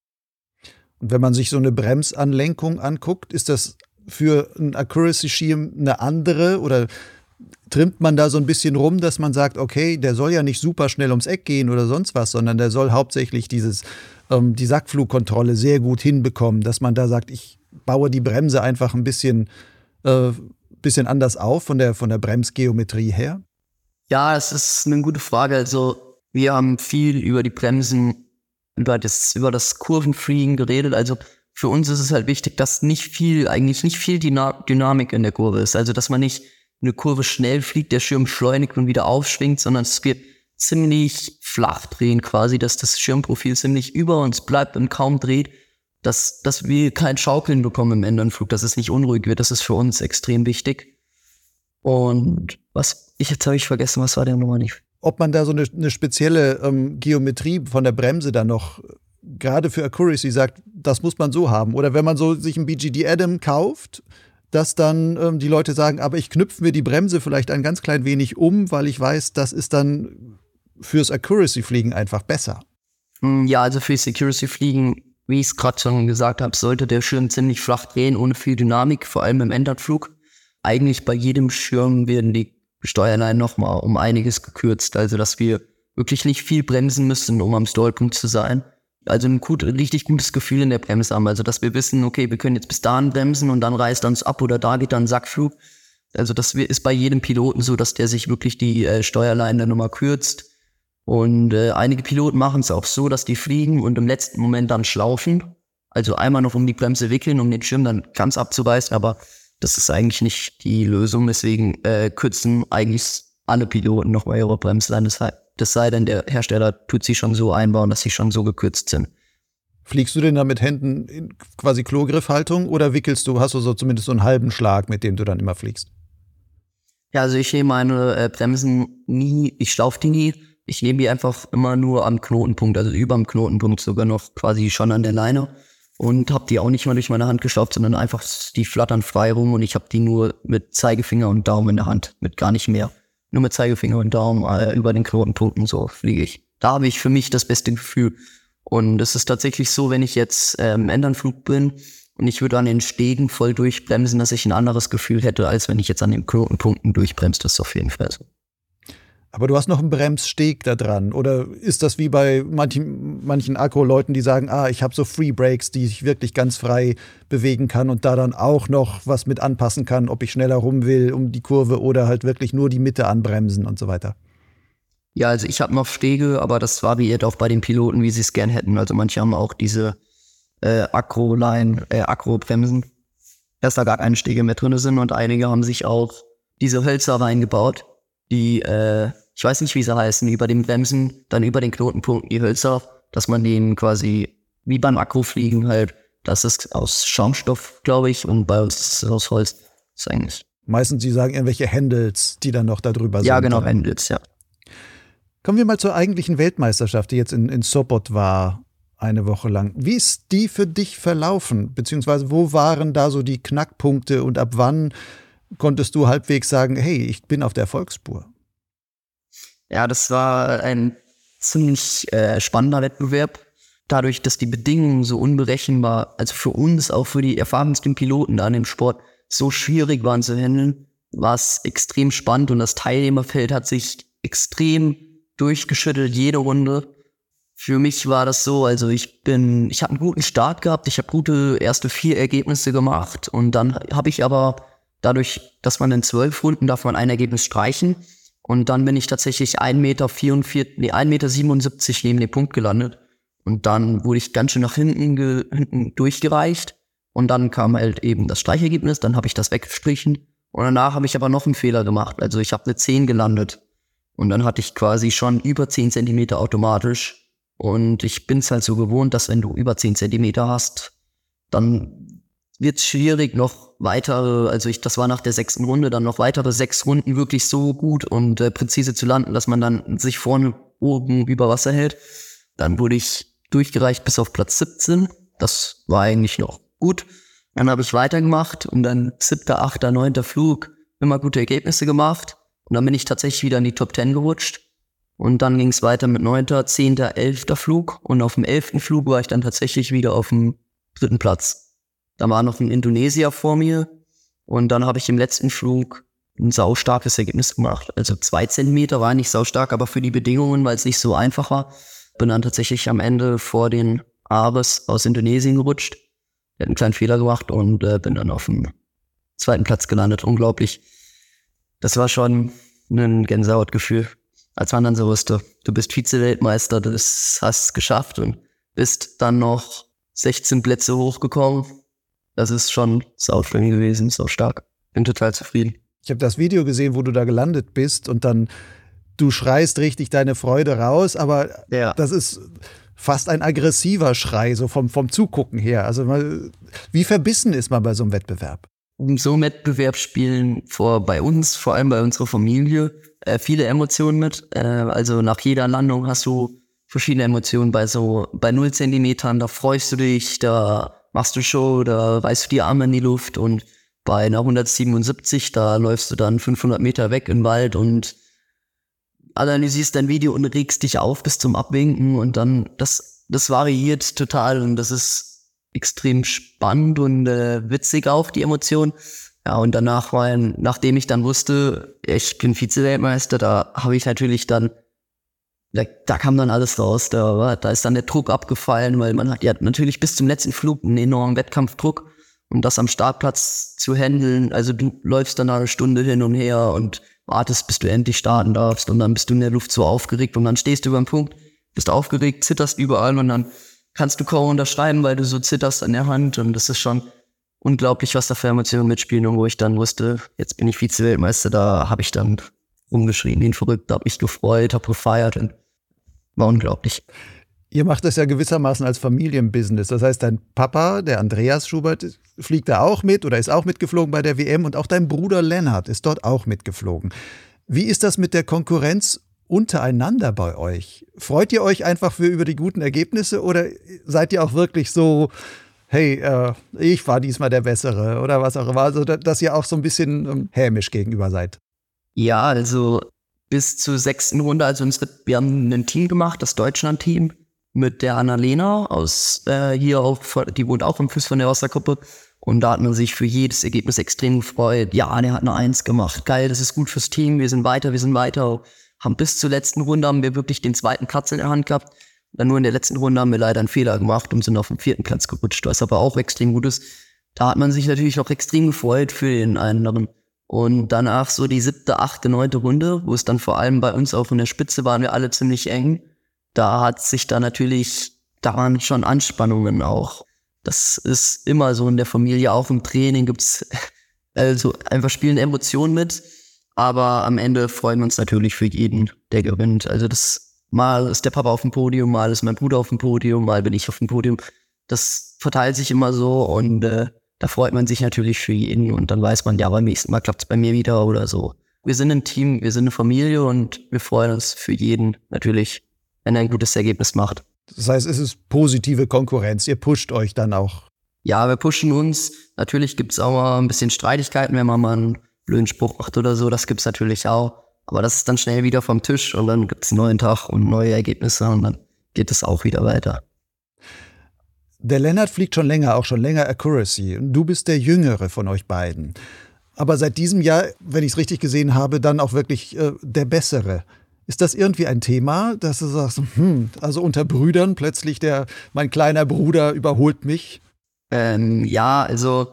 Und wenn man sich so eine Bremsanlenkung anguckt, ist das für einen Accuracy-Schirm eine andere oder trimmt man da so ein bisschen rum, dass man sagt, okay, der soll ja nicht super schnell ums Eck gehen oder sonst was, sondern der soll hauptsächlich dieses, ähm, die Sackflugkontrolle sehr gut hinbekommen, dass man da sagt, ich baue die Bremse einfach ein bisschen, äh, bisschen anders auf von der, von der Bremsgeometrie her? Ja, es ist eine gute Frage. Also wir haben viel über die Bremsen über das, über das Kurvenfliegen geredet. Also für uns ist es halt wichtig, dass nicht viel, eigentlich nicht viel Dyna- Dynamik in der Kurve ist. Also dass man nicht eine Kurve schnell fliegt, der Schirm schleunigt und wieder aufschwingt, sondern es wird ziemlich flach drehen quasi, dass das Schirmprofil ziemlich über uns bleibt und kaum dreht, dass, dass wir kein Schaukeln bekommen im Endanflug, dass es nicht unruhig wird. Das ist für uns extrem wichtig. Und was, ich jetzt habe ich vergessen, was war der nochmal nicht? Ob man da so eine, eine spezielle ähm, Geometrie von der Bremse dann noch gerade für Accuracy sagt, das muss man so haben. Oder wenn man so sich ein B G D Adam kauft, dass dann ähm, die Leute sagen, aber ich knüpfe mir die Bremse vielleicht ein ganz klein wenig um, weil ich weiß, das ist dann fürs Accuracy-Fliegen einfach besser. Ja, also fürs Accuracy-Fliegen, wie ich es gerade schon gesagt habe, sollte der Schirm ziemlich flach drehen, ohne viel Dynamik, vor allem im Endanflug. Eigentlich bei jedem Schirm werden die Steuerleinen nochmal um einiges gekürzt, also dass wir wirklich nicht viel bremsen müssen, um am Stallpunkt zu sein. Also ein gut, richtig gutes Gefühl in der Bremse haben, also dass wir wissen, okay, wir können jetzt bis dahin bremsen und dann reißt uns ab oder da geht dann ein Sackflug. Also das ist bei jedem Piloten so, dass der sich wirklich die äh, Steuerleinen dann nochmal kürzt. Und äh, einige Piloten machen es auch so, dass die fliegen und im letzten Moment dann schlaufen. Also einmal noch um die Bremse wickeln, um den Schirm dann ganz abzubeißen, aber das ist eigentlich nicht die Lösung, deswegen äh, kürzen eigentlich alle Piloten nochmal ihre Bremsleine. Das, das sei denn, der Hersteller tut sie schon so einbauen, dass sie schon so gekürzt sind. Fliegst du denn da mit Händen in quasi Klogriffhaltung oder wickelst du, hast du so zumindest so einen halben Schlag, mit dem du dann immer fliegst? Ja, also ich nehme meine äh, Bremsen nie, ich schlaufe die nie. Ich nehme die einfach immer nur am Knotenpunkt, also über dem Knotenpunkt sogar noch quasi schon an der Leine. Und habe die auch nicht mal durch meine Hand geschlauft, sondern einfach, die flattern frei rum und ich habe die nur mit Zeigefinger und Daumen in der Hand, mit gar nicht mehr. Nur mit Zeigefinger und Daumen äh, über den Knotenpunkten, so fliege ich. da habe ich für mich das beste Gefühl. Und es ist tatsächlich so, wenn ich jetzt äh, im Enternflug bin und ich würde an den Stegen voll durchbremsen, dass ich ein anderes Gefühl hätte, als wenn ich jetzt an den Knotenpunkten durchbremse. Das ist auf jeden Fall so. Aber du hast noch einen Bremssteg da dran. Oder ist das wie bei manchen, manchen Akro-Leuten, die sagen, ah, ich habe so Free Brakes, die ich wirklich ganz frei bewegen kann und da dann auch noch was mit anpassen kann, ob ich schneller rum will um die Kurve oder halt wirklich nur die Mitte anbremsen und so weiter? Ja, also ich habe noch Stege, aber das variiert auch bei den Piloten, wie sie es gern hätten. Also manche haben auch diese äh, Akro-Line, äh, Akro-Bremsen, dass da gar keine Stege mehr drin sind. Und einige haben sich auch diese Hölzer reingebaut, die äh, ich weiß nicht, wie sie heißen, über den Bremsen, dann über den Knotenpunkten die Hölzer, dass man den quasi, wie beim Akrofliegen halt, das ist aus Schaumstoff, glaube ich, und bei uns ist es aus Holz. Das ist eigentlich. Meistens, Sie sagen irgendwelche Handles, die dann noch da drüber sind. Ja, genau, Handles, ja. Kommen wir mal zur eigentlichen Weltmeisterschaft, die jetzt in, in Sopot war, eine Woche lang. Wie ist die für dich verlaufen? Beziehungsweise wo waren da so die Knackpunkte und ab wann konntest du halbwegs sagen, hey, ich bin auf der Erfolgsspur? Ja, das war ein ziemlich äh, spannender Wettbewerb. Dadurch, dass die Bedingungen so unberechenbar, also für uns, auch für die erfahrensten Piloten da in dem Sport, so schwierig waren zu handeln, war es extrem spannend und das Teilnehmerfeld hat sich extrem durchgeschüttelt, jede Runde. Für mich war das so, also ich bin, ich habe einen guten Start gehabt, ich habe gute erste vier Ergebnisse gemacht und dann habe ich aber dadurch, dass man in zwölf Runden darf man ein Ergebnis streichen. Und dann bin ich tatsächlich ein Meter vierundvierzig, nee, ein Meter siebenundsiebzig neben dem Punkt gelandet. Und dann wurde ich ganz schön nach hinten, ge, hinten durchgereicht. Und dann kam halt eben das Streichergebnis, dann habe ich das weggestrichen. Und danach habe ich aber noch einen Fehler gemacht. Also ich habe eine zehn gelandet. Und dann hatte ich quasi schon über zehn Zentimeter automatisch. Und ich bin es halt so gewohnt, dass wenn du über zehn Zentimeter hast, dann wird es schwierig, noch weitere, also ich, das war nach der sechsten Runde, dann noch weitere sechs Runden wirklich so gut und äh, präzise zu landen, dass man dann sich vorne oben über Wasser hält. Dann wurde ich durchgereicht bis auf Platz siebzehn. Das war eigentlich noch gut. Dann habe ich weitergemacht und dann siebter, achter, neunter Flug immer gute Ergebnisse gemacht. Und dann bin ich tatsächlich wieder in die Top zehn gerutscht. Und dann ging es weiter mit neunter, zehnter, elfter Flug. Und auf dem elften Flug war ich dann tatsächlich wieder auf dem dritten Platz. Da war noch ein Indonesier vor mir und dann habe ich im letzten Flug ein saustarkes Ergebnis gemacht. Also zwei Zentimeter war nicht saustark, aber für die Bedingungen, weil es nicht so einfach war, bin dann tatsächlich am Ende vor den Ares aus Indonesien gerutscht. Der hat einen kleinen Fehler gemacht und äh, bin dann auf dem zweiten Platz gelandet. Unglaublich. Das war schon ein Gänsehautgefühl, als man dann so wusste, du bist Vize-Weltmeister, du hast es geschafft und bist dann noch sechzehn Plätze hochgekommen. Das ist schon sauschön gewesen, so stark. Bin total zufrieden. Ich habe das Video gesehen, wo du da gelandet bist und dann, du schreist richtig deine Freude raus, aber ja, das ist fast ein aggressiver Schrei, so vom, vom Zugucken her. Also wie verbissen ist man bei so einem Wettbewerb? Um so einen Wettbewerb spielen vor bei uns, vor allem bei unserer Familie, äh, viele Emotionen mit. Äh, also nach jeder Landung hast du verschiedene Emotionen. Bei so bei null Zentimetern, da freust du dich, da machst du Show, da reißt du die Arme in die Luft und bei einer hundertsiebenundsiebzig, da läufst du dann fünfhundert Meter weg im Wald und analysierst dein Video und regst dich auf bis zum Abwinken und dann, das, das variiert total und das ist extrem spannend und äh, witzig auch, die Emotionen. Ja, und danach war, nachdem ich dann wusste, ich bin Vize-Weltmeister, da habe ich natürlich dann Da, da kam dann alles raus, da, war, da ist dann der Druck abgefallen, weil man hat ja natürlich bis zum letzten Flug einen enormen Wettkampfdruck und das am Startplatz zu handeln, also du läufst dann eine Stunde hin und her und wartest, bis du endlich starten darfst und dann bist du in der Luft so aufgeregt und dann stehst du über dem Punkt, bist aufgeregt, zitterst überall und dann kannst du kaum unterschreiben, weil du so zitterst an der Hand und das ist schon unglaublich, was da für Emotionen mitspielen und wo ich dann wusste, jetzt bin ich Vize-Weltmeister, da habe ich dann rumgeschrien, ihn verrückt, habe mich gefreut, habe gefeiert und war unglaublich. Ihr macht das ja gewissermaßen als Familienbusiness. Das heißt, dein Papa, der Andreas Schubert, fliegt da auch mit oder ist auch mitgeflogen bei der W M und auch dein Bruder Lennart ist dort auch mitgeflogen. Wie ist das mit der Konkurrenz untereinander bei euch? Freut ihr euch einfach für über die guten Ergebnisse oder seid ihr auch wirklich so, hey, äh, ich war diesmal der Bessere oder was auch immer, also dass ihr auch so ein bisschen ähm, hämisch gegenüber seid? Ja, also bis zur sechsten Runde, also unsere, wir haben ein Team gemacht, das Deutschland-Team, mit der Annalena aus äh, hier auch, die wohnt auch im Fuß von der Wasserkuppe. Und da hat man sich für jedes Ergebnis extrem gefreut. Ja, der hat eine Eins gemacht. Geil, das ist gut fürs Team. Wir sind weiter, wir sind weiter. Haben bis zur letzten Runde haben wir wirklich den zweiten Platz in der Hand gehabt. Dann nur in der letzten Runde haben wir leider einen Fehler gemacht und sind auf den vierten Platz gerutscht, was aber auch extrem gut ist. Da hat man sich natürlich auch extrem gefreut für den anderen. Und danach so die siebte, achte, neunte Runde, wo es dann vor allem bei uns auch in der Spitze waren wir alle ziemlich eng. Da hat sich da natürlich, da waren schon Anspannungen auch. Das ist immer so in der Familie, auch im Training gibt's also einfach spielen Emotionen mit, aber am Ende freuen wir uns natürlich für jeden, der gewinnt. Also das mal ist der Papa auf dem Podium, mal ist mein Bruder auf dem Podium, mal bin ich auf dem Podium. Das verteilt sich immer so und äh, da freut man sich natürlich für jeden und dann weiß man, ja, beim nächsten Mal klappt's bei mir wieder oder so. Wir sind ein Team, wir sind eine Familie und wir freuen uns für jeden natürlich, wenn er ein gutes Ergebnis macht. Das heißt, es ist positive Konkurrenz. Ihr pusht euch dann auch. Ja, wir pushen uns. Natürlich gibt's auch mal ein bisschen Streitigkeiten, wenn man mal einen blöden Spruch macht oder so. Das gibt's natürlich auch. Aber das ist dann schnell wieder vom Tisch und dann gibt's einen neuen Tag und neue Ergebnisse und dann geht es auch wieder weiter. Der Lennart fliegt schon länger, auch schon länger Accuracy. Du bist der Jüngere von euch beiden. Aber seit diesem Jahr, wenn ich es richtig gesehen habe, dann auch wirklich äh, der Bessere. Ist das irgendwie ein Thema, dass du sagst, hm, also unter Brüdern plötzlich der, mein kleiner Bruder überholt mich? Ähm, ja, also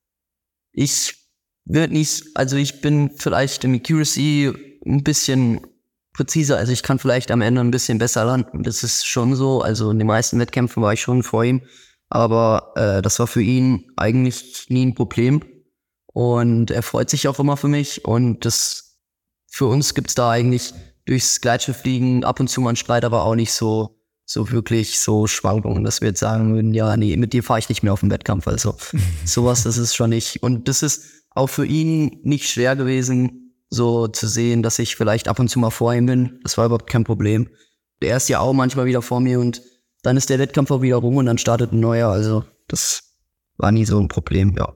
ich würde nicht, also ich bin vielleicht im Accuracy ein bisschen präziser, also ich kann vielleicht am Ende ein bisschen besser landen. Das ist schon so, also in den meisten Wettkämpfen war ich schon vor ihm, aber äh, das war für ihn eigentlich nie ein Problem und er freut sich auch immer für mich und das für uns gibt's da eigentlich durchs Gleitschirmfliegen ab und zu mal einen Streit, aber auch nicht so so wirklich so Schwankungen, dass wir jetzt sagen würden, ja, nee, mit dir fahre ich nicht mehr auf den Wettkampf. Also sowas, das ist schon nicht. Und das ist auch für ihn nicht schwer gewesen, so zu sehen, dass ich vielleicht ab und zu mal vor ihm bin. Das war überhaupt kein Problem. Er ist ja auch manchmal wieder vor mir und dann ist der Wettkampf auch wieder rum und dann startet ein neuer. Also das war nie so ein Problem, ja.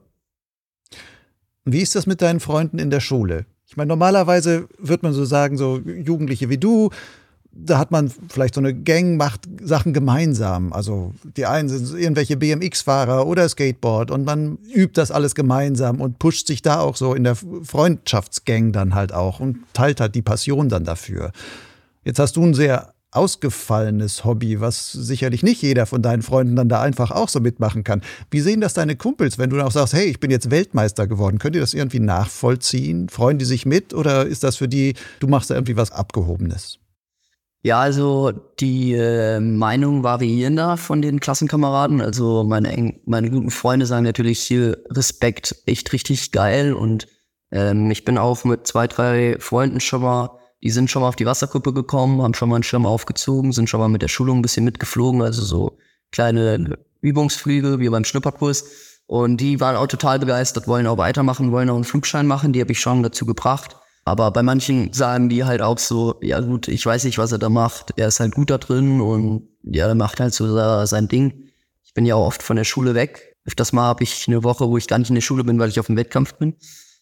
Wie ist das mit deinen Freunden in der Schule? Ich meine, normalerweise wird man so sagen, so Jugendliche wie du, da hat man vielleicht so eine Gang, macht Sachen gemeinsam. Also die einen sind irgendwelche B M X-Fahrer oder Skateboard und man übt das alles gemeinsam und pusht sich da auch so in der Freundschaftsgang dann halt auch und teilt halt die Passion dann dafür. Jetzt hast du ein sehr ausgefallenes Hobby, was sicherlich nicht jeder von deinen Freunden dann da einfach auch so mitmachen kann. Wie sehen das deine Kumpels, wenn du dann auch sagst, hey, ich bin jetzt Weltmeister geworden? Könnt ihr das irgendwie nachvollziehen? Freuen die sich mit oder ist das für die, du machst da irgendwie was Abgehobenes? Ja, also die äh, Meinungen variieren da von den Klassenkameraden. Also meine eng, meine guten Freunde sagen natürlich hier Respekt, echt richtig geil. Und ähm, ich bin auch mit zwei, drei Freunden schon mal, die sind schon mal auf die Wasserkuppe gekommen, haben schon mal einen Schirm aufgezogen, sind schon mal mit der Schulung ein bisschen mitgeflogen, also so kleine Übungsflüge wie beim Schnupperkurs. Und die waren auch total begeistert, wollen auch weitermachen, wollen auch einen Flugschein machen, die habe ich schon dazu gebracht. Aber bei manchen sagen die halt auch so, ja gut, ich weiß nicht, was er da macht. Er ist halt gut da drin und ja, er macht halt so sein Ding. Ich bin ja auch oft von der Schule weg. Öfters mal habe ich eine Woche, wo ich gar nicht in der Schule bin, weil ich auf dem Wettkampf bin.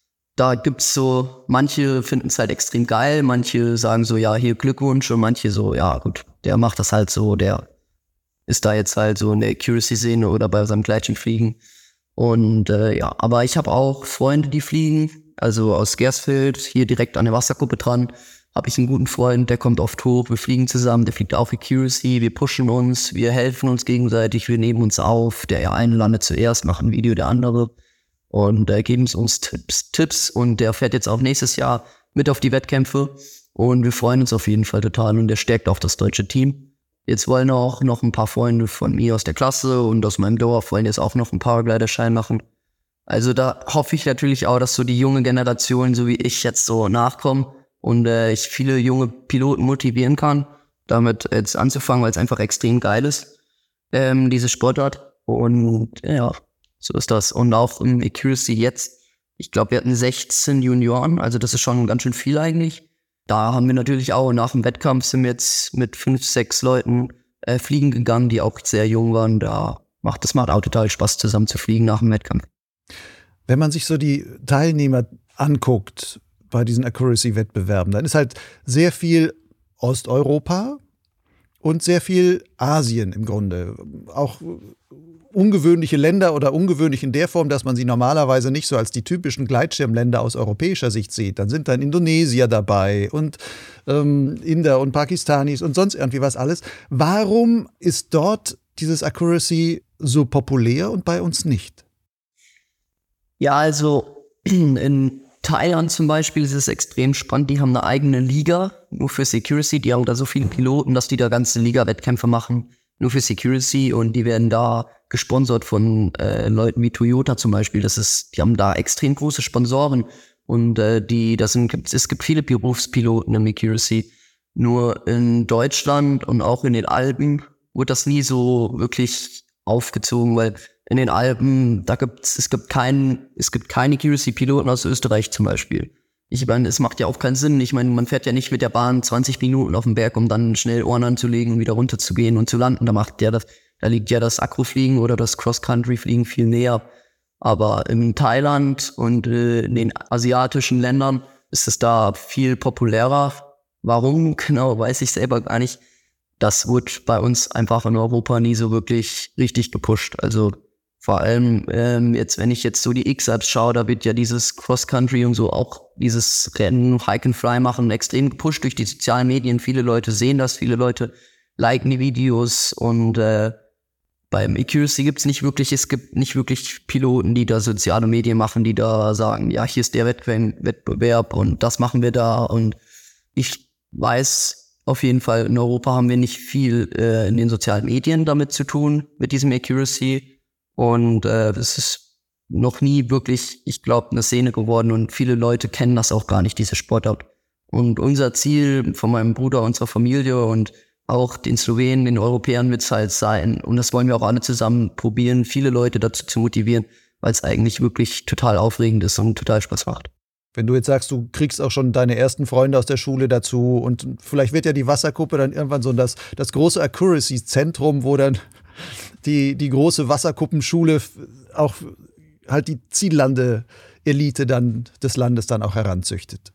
Da gibt's so, manche finden es halt extrem geil, manche sagen so, ja, hier Glückwunsch und manche so, ja gut, der macht das halt so, der ist da jetzt halt so in der Accuracy-Szene oder bei seinem Gleitschirmfliegen. Und äh, ja, aber ich habe auch Freunde, die fliegen. Also aus Gersfeld, hier direkt an der Wasserkuppe dran, habe ich einen guten Freund, der kommt oft hoch, wir fliegen zusammen, der fliegt auch Accuracy, wir pushen uns, wir helfen uns gegenseitig, wir nehmen uns auf, der eine landet zuerst, macht ein Video, der andere und äh, geben uns Tipps, Tipps und der fährt jetzt auch nächstes Jahr mit auf die Wettkämpfe und wir freuen uns auf jeden Fall total und der stärkt auch das deutsche Team. Jetzt wollen auch noch ein paar Freunde von mir aus der Klasse und aus meinem Dorf wollen jetzt auch noch einen Paragliderschein machen. Also da hoffe ich natürlich auch, dass so die junge Generation, so wie ich jetzt so nachkommen und äh, ich viele junge Piloten motivieren kann, damit jetzt anzufangen, weil es einfach extrem geil ist, ähm, diese Sportart. Und ja, so ist das. Und auch im Accuracy jetzt, ich glaube, wir hatten sechzehn Junioren, also das ist schon ganz schön viel eigentlich. Da haben wir natürlich auch nach dem Wettkampf sind wir jetzt mit fünf, sechs Leuten äh, fliegen gegangen, die auch sehr jung waren. Da macht es macht auch total Spaß, zusammen zu fliegen nach dem Wettkampf. Wenn man sich so die Teilnehmer anguckt, bei diesen Accuracy-Wettbewerben? Dann ist halt sehr viel Osteuropa und sehr viel Asien im Grunde. Auch ungewöhnliche Länder oder ungewöhnlich in der Form, dass man sie normalerweise nicht so als die typischen Gleitschirmländer aus europäischer Sicht sieht. Dann sind dann Indonesier dabei und ähm, Inder und Pakistanis und sonst irgendwie was alles. Warum ist dort dieses Accuracy so populär und bei uns nicht? Ja, also in Thailand zum Beispiel ist es extrem spannend. Die haben eine eigene Liga, nur für Securacy. Die haben da so viele Piloten, dass die da ganze Liga-Wettkämpfe machen, nur für Securacy. Und die werden da gesponsert von äh, Leuten wie Toyota zum Beispiel. Das ist, die haben da extrem große Sponsoren. Und äh, die, das sind, es gibt viele Berufspiloten im Accuracy. Nur in Deutschland und auch in den Alpen wurde das nie so wirklich aufgezogen, weil in den Alpen, da gibt's, es gibt keinen, es gibt keine Accuracy-Piloten aus Österreich zum Beispiel. Ich meine, es macht ja auch keinen Sinn. Ich meine, man fährt ja nicht mit der Bahn zwanzig Minuten auf den Berg, um dann schnell Ohren anzulegen und wieder runterzugehen und zu landen. Da macht ja das, da liegt ja das Acrofliegen oder das Cross-Country-Fliegen viel näher. Aber in Thailand und äh, in den asiatischen Ländern ist es da viel populärer. Warum genau, weiß ich selber gar nicht. Das wurde bei uns einfach in Europa nie so wirklich richtig gepusht. Also vor allem ähm, jetzt, wenn ich jetzt so die X-Apps schaue, da wird ja dieses Cross-Country und so auch dieses Rennen, Hike and Fly machen, extrem gepusht durch die sozialen Medien. Viele Leute sehen das, viele Leute liken die Videos und äh, beim Accuracy gibt's nicht wirklich, es gibt nicht wirklich Piloten, die da soziale Medien machen, die da sagen, ja, hier ist der Wettbewerb und das machen wir da. Und ich weiß auf jeden Fall, in Europa haben wir nicht viel äh, in den sozialen Medien damit zu tun, mit diesem Accuracy. Und äh, es ist noch nie wirklich, ich glaube, eine Szene geworden und viele Leute kennen das auch gar nicht, diese Sportart. Und unser Ziel von meinem Bruder, unserer Familie und auch den Slowenen, den Europäern wird es halt sein. Und das wollen wir auch alle zusammen probieren, viele Leute dazu zu motivieren, weil es eigentlich wirklich total aufregend ist und total Spaß macht. Wenn du jetzt sagst, du kriegst auch schon deine ersten Freunde aus der Schule dazu und vielleicht wird ja die Wasserkuppe dann irgendwann so das, das große Accuracy-Zentrum, wo dann die, die große Wasserkuppenschule auch halt die Ziellande-Elite dann des Landes dann auch heranzüchtet.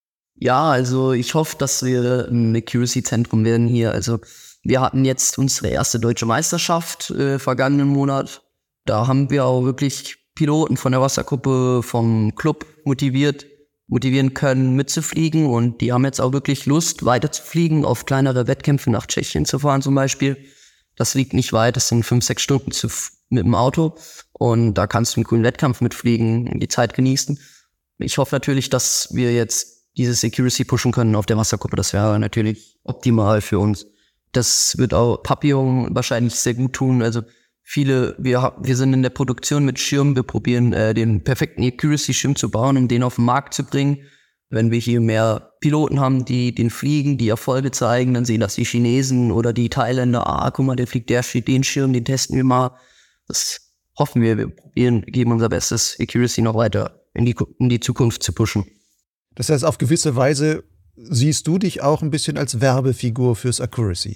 Ja, also ich hoffe, dass wir ein Accuracy-Zentrum werden hier. Also wir hatten jetzt unsere erste deutsche Meisterschaft äh, vergangenen Monat. Da haben wir auch wirklich Piloten von der Wasserkuppe vom Club motiviert, motivieren können, mitzufliegen. Und die haben jetzt auch wirklich Lust, weiterzufliegen, auf kleinere Wettkämpfe nach Tschechien zu fahren zum Beispiel. Das liegt nicht weit, das sind fünf, sechs Stunden zu, mit dem Auto. Und da kannst du einen coolen Wettkampf mitfliegen, die Zeit genießen. Ich hoffe natürlich, dass wir jetzt dieses Accuracy pushen können auf der Wasserkuppe. Das wäre natürlich optimal für uns. Das wird auch Papillon wahrscheinlich sehr gut tun. Also viele, wir, wir sind in der Produktion mit Schirmen. Wir probieren, äh, den perfekten Accuracy-Schirm zu bauen, um den auf den Markt zu bringen. Wenn wir hier mehr Piloten haben, die den fliegen, die Erfolge zeigen, dann sehen das die Chinesen oder die Thailänder. Ah, guck mal, der fliegt, der steht den Schirm, den testen wir mal. Das hoffen wir. Wir probieren, geben unser Bestes, Accuracy noch weiter in die, in die Zukunft zu pushen. Das heißt, auf gewisse Weise siehst du dich auch ein bisschen als Werbefigur fürs Accuracy?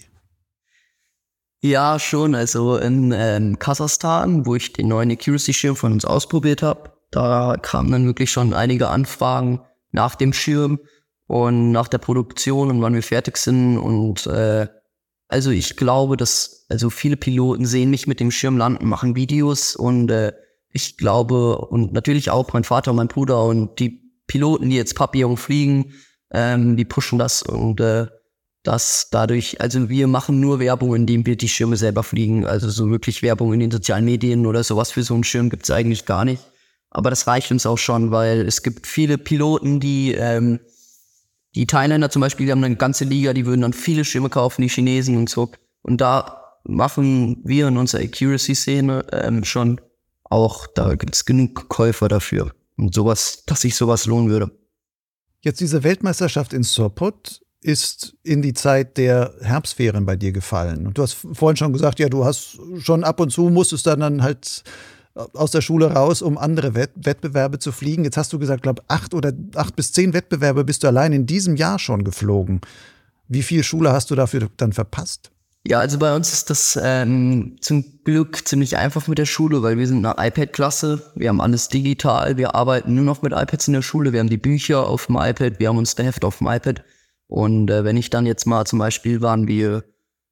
Ja, schon. Also in ähm, Kasachstan, wo ich den neuen Accuracy-Schirm von uns ausprobiert habe, da kamen dann wirklich schon einige Anfragen nach dem Schirm und nach der Produktion und wann wir fertig sind. Und äh, also ich glaube, dass also viele Piloten sehen mich mit dem Schirm landen, machen Videos und äh, ich glaube, und natürlich auch mein Vater und mein Bruder und die Piloten, die jetzt Papillon fliegen, ähm, die pushen das und äh, das dadurch, also wir machen nur Werbung, indem wir die Schirme selber fliegen, also so wirklich Werbung in den sozialen Medien oder sowas für so einen Schirm gibt's eigentlich gar nicht. Aber das reicht uns auch schon, weil es gibt viele Piloten, die, ähm, die Thailänder zum Beispiel, die haben eine ganze Liga, die würden dann viele Schirme kaufen, die Chinesen und so. Und da machen wir in unserer Accuracy-Szene ähm, schon auch, da gibt's genug Käufer dafür. Und sowas, dass sich sowas lohnen würde. Jetzt diese Weltmeisterschaft in Sopot ist in die Zeit der Herbstferien bei dir gefallen. Und du hast vorhin schon gesagt, ja, du hast schon ab und zu musstest dann, dann halt aus der Schule raus, um andere Wett- Wettbewerbe zu fliegen. Jetzt hast du gesagt, glaube acht oder acht bis zehn Wettbewerbe bist du allein in diesem Jahr schon geflogen. Wie viel Schule hast du dafür dann verpasst? Ja, also bei uns ist das ähm, zum Glück ziemlich einfach mit der Schule, weil wir sind eine iPad-Klasse, wir haben alles digital, wir arbeiten nur noch mit iPads in der Schule, wir haben die Bücher auf dem iPad, wir haben unsere Hefte auf dem iPad und äh, wenn ich dann jetzt mal zum Beispiel waren wir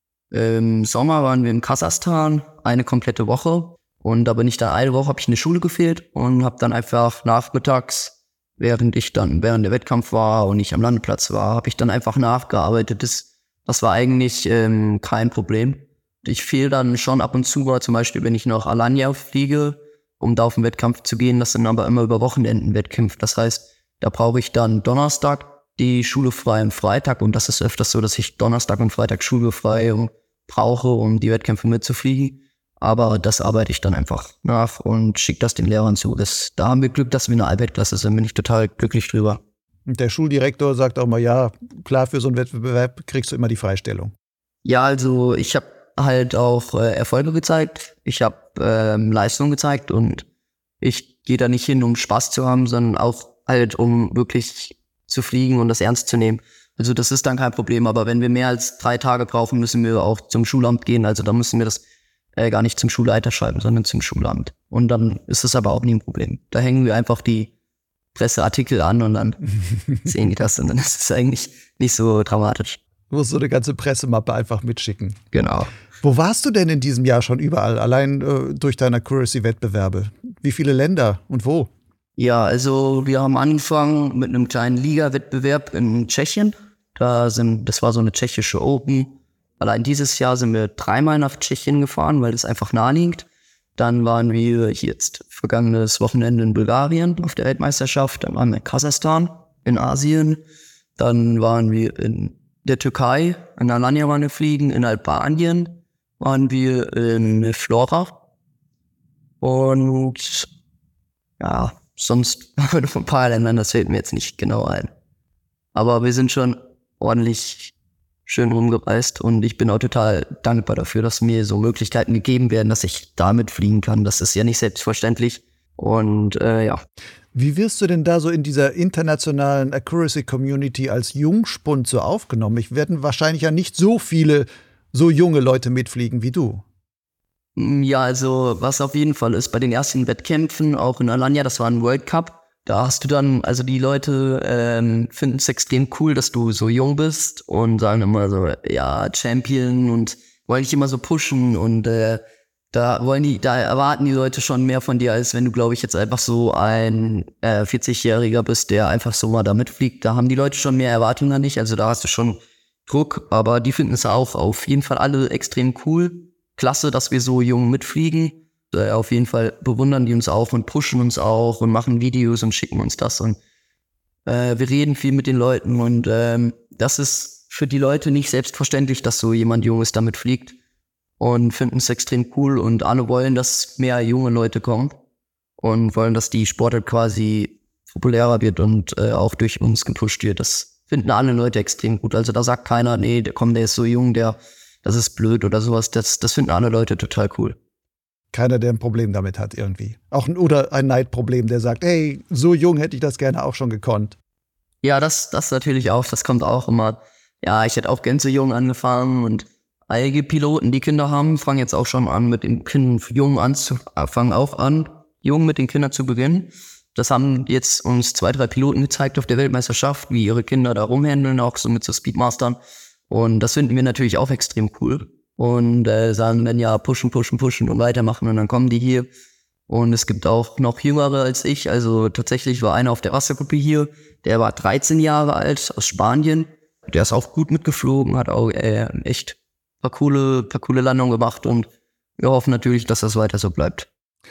im Sommer waren wir in Kasachstan eine komplette Woche und da bin ich dann eine Woche, habe ich in die Schule gefehlt und habe dann einfach nachmittags, während ich dann, während der Wettkampf war und ich am Landeplatz war, habe ich dann einfach nachgearbeitet. Das Das war eigentlich ähm, kein Problem. Ich fehle dann schon ab und zu mal, zum Beispiel, wenn ich nach Alanya fliege, um da auf den Wettkampf zu gehen. Das sind aber immer über Wochenenden Wettkämpfe. Das heißt, da brauche ich dann Donnerstag die Schule frei am Freitag. Und das ist öfters so, dass ich Donnerstag und Freitag Schule frei brauche, um die Wettkämpfe mitzufliegen. Aber das arbeite ich dann einfach nach und schicke das den Lehrern zu. Das, da haben wir Glück, dass wir eine iPad-Klasse sind. Bin ich total glücklich drüber. Und der Schuldirektor sagt auch mal, ja, klar, für so einen Wettbewerb kriegst du immer die Freistellung. Ja, also ich habe halt auch äh, Erfolge gezeigt, ich habe ähm, Leistung gezeigt und ich gehe da nicht hin, um Spaß zu haben, sondern auch halt, um wirklich zu fliegen und das ernst zu nehmen. Also das ist dann kein Problem, aber wenn wir mehr als drei Tage brauchen, müssen wir auch zum Schulamt gehen. Also da müssen wir das äh, gar nicht zum Schulleiter schreiben, sondern zum Schulamt. Und dann ist es aber auch nie ein Problem. Da hängen wir einfach die Presseartikel an und dann sehen die das und dann ist es eigentlich nicht so dramatisch. Du musst so eine ganze Pressemappe einfach mitschicken. Genau. Wo warst du denn in diesem Jahr schon überall, allein äh, durch deine Accuracy-Wettbewerbe? Wie viele Länder und wo? Ja, also wir haben angefangen mit einem kleinen Liga-Wettbewerb in Tschechien. Da sind, das war so eine tschechische Open. Allein dieses Jahr sind wir dreimal nach Tschechien gefahren, weil das einfach nahe liegt. Dann waren wir jetzt vergangenes Wochenende in Bulgarien auf der Weltmeisterschaft. Dann waren wir in Kasachstan, in Asien. Dann waren wir in der Türkei, in Alanya waren wir fliegen. In Albanien waren wir in Flora. Und ja, sonst noch ein paar Ländern, das fällt mir jetzt nicht genau ein. Aber wir sind schon ordentlich schön rumgereist und ich bin auch total dankbar dafür, dass mir so Möglichkeiten gegeben werden, dass ich damit fliegen kann. Das ist ja nicht selbstverständlich und äh, ja. Wie wirst du denn da so in dieser internationalen Accuracy-Community als Jungspund so aufgenommen? Ich werden wahrscheinlich ja nicht so viele so junge Leute mitfliegen wie du. Ja, also was auf jeden Fall ist, bei den ersten Wettkämpfen, auch in Alanya, das war ein World Cup, da hast du dann, also die Leute ähm, finden es extrem cool, dass du so jung bist und sagen immer so, ja, Champion und wollen dich immer so pushen und äh, da wollen die, da erwarten die Leute schon mehr von dir, als wenn du, glaube ich, jetzt einfach so ein äh, vierzig-Jähriger bist, der einfach so mal da mitfliegt. Da haben die Leute schon mehr Erwartungen an dich, also da hast du schon Druck, aber die finden es auch auf jeden Fall alle extrem cool. Klasse, dass wir so jung mitfliegen. Äh, auf jeden Fall bewundern die uns auch und pushen uns auch und machen Videos und schicken uns das. Und äh, wir reden viel mit den Leuten und ähm, das ist für die Leute nicht selbstverständlich, dass so jemand Junges damit fliegt und finden es extrem cool und alle wollen, dass mehr junge Leute kommen und wollen, dass die Sportart quasi populärer wird und äh, auch durch uns gepusht wird. Das finden alle Leute extrem gut. Also da sagt keiner, nee, der, komm, der ist so jung, der das ist blöd oder sowas. Das, das finden alle Leute total cool. Keiner, der ein Problem damit hat irgendwie. Auch ein, oder ein Neidproblem, der sagt, hey, so jung hätte ich das gerne auch schon gekonnt. Ja, das, das natürlich auch. Das kommt auch immer. Ja, ich hätte auch gern so jung angefangen und einige Piloten, die Kinder haben, fangen jetzt auch schon an, mit den Kindern jung anzufangen, auch an, jung mit den Kindern zu beginnen. Das haben jetzt uns zwei, drei Piloten gezeigt auf der Weltmeisterschaft, wie ihre Kinder da rumhändeln, auch so mit so Speedmastern. Und das finden wir natürlich auch extrem cool. Und äh, sagen dann ja, pushen, pushen, pushen und weitermachen. Und dann kommen die hier. Und es gibt auch noch Jüngere als ich. Also tatsächlich war einer auf der Wassergruppe hier. Der war dreizehn Jahre alt, aus Spanien. Der ist auch gut mitgeflogen, hat auch äh, echt paar coole, paar coole Landungen gemacht. Und wir hoffen natürlich, dass das weiter so bleibt.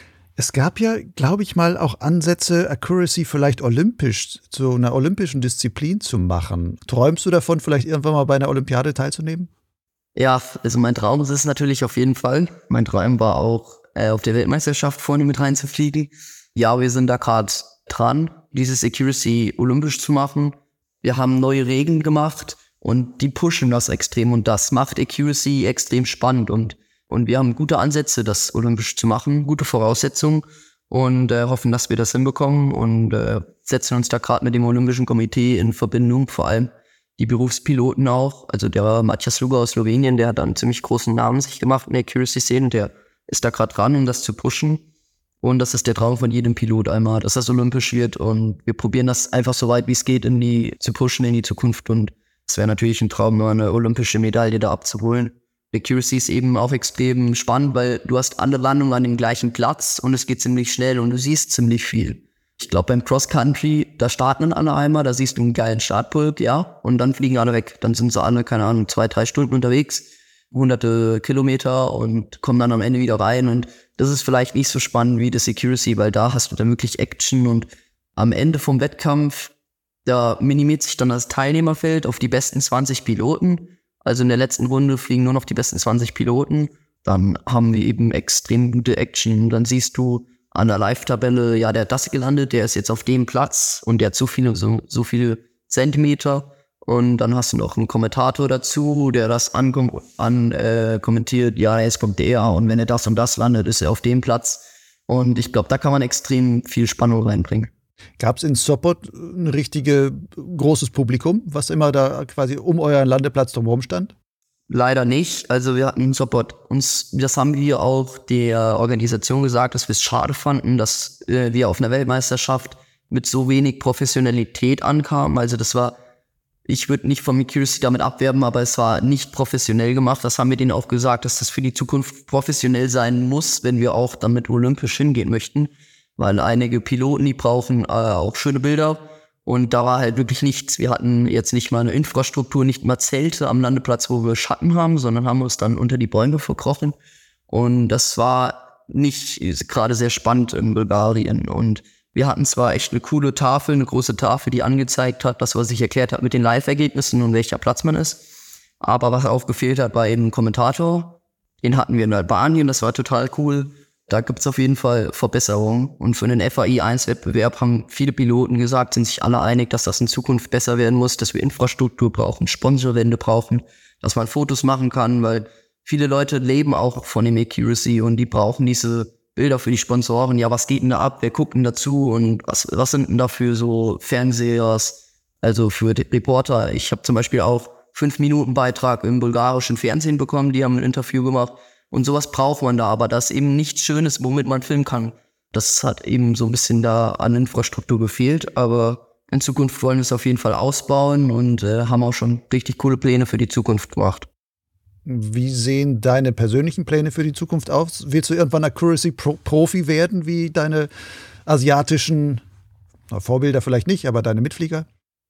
Es gab ja, glaube ich, mal auch Ansätze, Accuracy vielleicht olympisch, zu einer olympischen Disziplin zu machen. Träumst du davon, vielleicht irgendwann mal bei einer Olympiade teilzunehmen? Ja, also mein Traum ist es natürlich auf jeden Fall. Mein Traum war auch, äh, auf der Weltmeisterschaft vorne mit reinzufliegen. Ja, wir sind da gerade dran, dieses Accuracy olympisch zu machen. Wir haben neue Regeln gemacht und die pushen das extrem und das macht Accuracy extrem spannend und Und wir haben gute Ansätze, das olympisch zu machen, gute Voraussetzungen und äh, hoffen, dass wir das hinbekommen und äh, setzen uns da gerade mit dem Olympischen Komitee in Verbindung, vor allem die Berufspiloten auch. Also der Matthias Luger aus Slowenien, der hat einen ziemlich großen Namen sich gemacht in der Accuracy-Szene. Der ist da gerade dran, um das zu pushen. Und das ist der Traum von jedem Pilot einmal, dass das olympisch wird. Und wir probieren das einfach so weit wie es geht in die zu pushen in die Zukunft. Und es wäre natürlich ein Traum, nur eine olympische Medaille da abzuholen. Accuracy ist eben auch extrem spannend, weil du hast alle Landungen an dem gleichen Platz und es geht ziemlich schnell und du siehst ziemlich viel. Ich glaube, beim Cross-Country, da starten alle einmal, da siehst du einen geilen Startpulk, ja, und dann fliegen alle weg. Dann sind sie alle, keine Ahnung, zwei, drei Stunden unterwegs, hunderte Kilometer und kommen dann am Ende wieder rein. Und das ist vielleicht nicht so spannend wie das Accuracy, weil da hast du dann wirklich Action und am Ende vom Wettkampf, da minimiert sich dann das Teilnehmerfeld auf die besten zwanzig Piloten. Also in der letzten Runde fliegen nur noch die besten zwanzig Piloten. Dann haben wir eben extrem gute Action. Dann siehst du an der Live-Tabelle, ja, der hat das gelandet, der ist jetzt auf dem Platz und der hat so viele, so, so viele Zentimeter. Und dann hast du noch einen Kommentator dazu, der das an, an äh, kommentiert, ja, jetzt kommt der und wenn er das und das landet, ist er auf dem Platz. Und ich glaube, da kann man extrem viel Spannung reinbringen. Gab es in Sopot ein richtiges großes Publikum, was immer da quasi um euren Landeplatz drumherum stand? Leider nicht. Also wir hatten in Sopot uns, das haben wir auch der Organisation gesagt, dass wir es schade fanden, dass äh, wir auf einer Weltmeisterschaft mit so wenig Professionalität ankamen. Also das war, ich würde nicht vom Accuracy damit abwerben, aber es war nicht professionell gemacht. Das haben wir denen auch gesagt, dass das für die Zukunft professionell sein muss, wenn wir auch damit olympisch hingehen möchten. Weil einige Piloten, die brauchen äh, auch schöne Bilder. Und da war halt wirklich nichts. Wir hatten jetzt nicht mal eine Infrastruktur, nicht mal Zelte am Landeplatz, wo wir Schatten haben, sondern haben uns dann unter die Bäume verkrochen. Und das war nicht gerade sehr spannend in Bulgarien. Und wir hatten zwar echt eine coole Tafel, eine große Tafel, die angezeigt hat, das, was ich erklärt habe mit den Live-Ergebnissen und welcher Platz man ist. Aber was auch gefehlt hat, war eben ein Kommentator. Den hatten wir in Albanien, das war total cool. Da gibt's auf jeden Fall Verbesserungen. Und für den F A I eins Wettbewerb haben viele Piloten gesagt, sind sich alle einig, dass das in Zukunft besser werden muss, dass wir Infrastruktur brauchen, Sponsorwände brauchen, dass man Fotos machen kann, weil viele Leute leben auch von dem Accuracy und die brauchen diese Bilder für die Sponsoren. Ja, was geht denn da ab? Wer guckt denn dazu? Und was, was sind denn da für so Fernsehers, also für die Reporter? Ich habe zum Beispiel auch fünf Minuten Beitrag im bulgarischen Fernsehen bekommen, die haben ein Interview gemacht. Und sowas braucht man da, aber das ist eben nichts Schönes, womit man filmen kann. Das hat eben so ein bisschen da an Infrastruktur gefehlt, aber in Zukunft wollen wir es auf jeden Fall ausbauen und äh, haben auch schon richtig coole Pläne für die Zukunft gemacht. Wie sehen deine persönlichen Pläne für die Zukunft aus? Willst du irgendwann Accuracy-Profi werden, wie deine asiatischen na, Vorbilder vielleicht nicht, aber deine Mitflieger?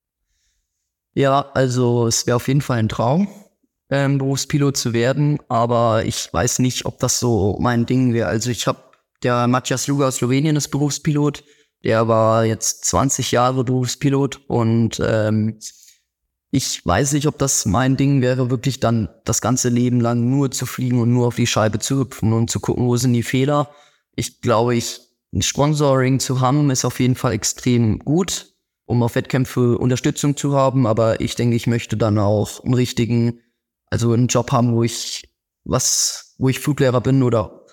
Ja, also es wäre auf jeden Fall ein Traum, Ähm, Berufspilot zu werden, aber ich weiß nicht, ob das so mein Ding wäre. Also ich habe, der Matthias Luger aus Slowenien ist Berufspilot, der war jetzt zwanzig Jahre Berufspilot und ähm, ich weiß nicht, ob das mein Ding wäre, wirklich dann das ganze Leben lang nur zu fliegen und nur auf die Scheibe zu hüpfen und zu gucken, wo sind die Fehler. Ich glaube, ich ein Sponsoring zu haben, ist auf jeden Fall extrem gut, um auf Wettkämpfe Unterstützung zu haben, aber ich denke, ich möchte dann auch einen richtigen Also einen Job haben, wo ich was, wo ich Fluglehrer bin oder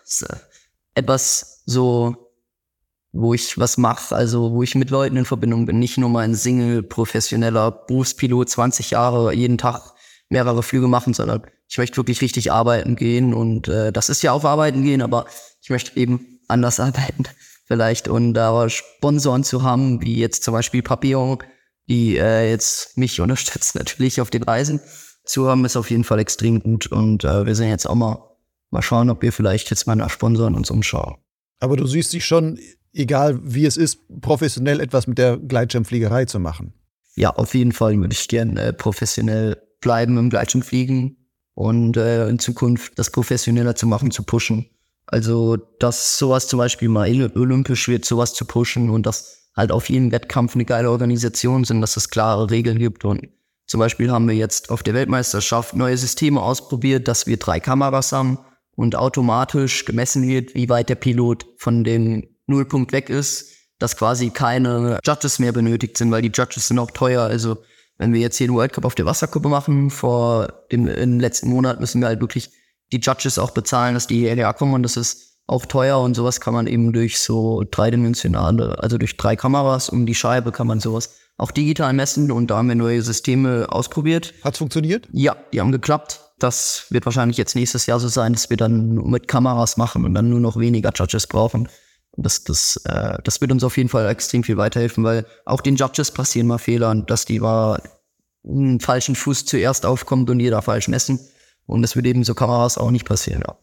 etwas so, wo ich was mache, also wo ich mit Leuten in Verbindung bin. Nicht nur mal ein Single, professioneller Berufspilot, zwanzig Jahre, jeden Tag mehrere Flüge machen, sondern ich möchte wirklich richtig arbeiten gehen und äh, das ist ja auch arbeiten gehen, aber ich möchte eben anders arbeiten vielleicht und da äh, Sponsoren zu haben, wie jetzt zum Beispiel Papillon, die äh, jetzt mich unterstützen natürlich auf den Reisen. Zu haben ist auf jeden Fall extrem gut und äh, wir sind jetzt auch mal mal schauen, ob wir vielleicht jetzt mal nach Sponsoren uns umschauen. Aber du siehst dich schon, egal wie es ist, professionell etwas mit der Gleitschirmfliegerei zu machen. Ja, auf jeden Fall würde ich gerne äh, professionell bleiben im Gleitschirmfliegen und äh, in Zukunft das professioneller zu machen, zu pushen. Also, dass sowas zum Beispiel mal olympisch wird, sowas zu pushen und dass halt auf jedem Wettkampf eine geile Organisation sind, dass es klare Regeln gibt und zum Beispiel haben wir jetzt auf der Weltmeisterschaft neue Systeme ausprobiert, dass wir drei Kameras haben und automatisch gemessen wird, wie weit der Pilot von dem Nullpunkt weg ist, dass quasi keine Judges mehr benötigt sind, weil die Judges sind auch teuer. Also wenn wir jetzt hier den World Cup auf der Wasserkuppe machen, vor dem im letzten Monat müssen wir halt wirklich die Judges auch bezahlen, dass die hierher kommen und das ist auch teuer und sowas kann man eben durch so dreidimensionale, also durch drei Kameras um die Scheibe kann man sowas auch digital messen und da haben wir neue Systeme ausprobiert. Hat's funktioniert? Ja, die haben geklappt. Das wird wahrscheinlich jetzt nächstes Jahr so sein, dass wir dann mit Kameras machen und dann nur noch weniger Judges brauchen. Und das, das, äh, das wird uns auf jeden Fall extrem viel weiterhelfen, weil auch den Judges passieren mal Fehler und dass die mal einen falschen Fuß zuerst aufkommt und jeder falsch messen. Und das wird eben so Kameras auch nicht passieren, ja.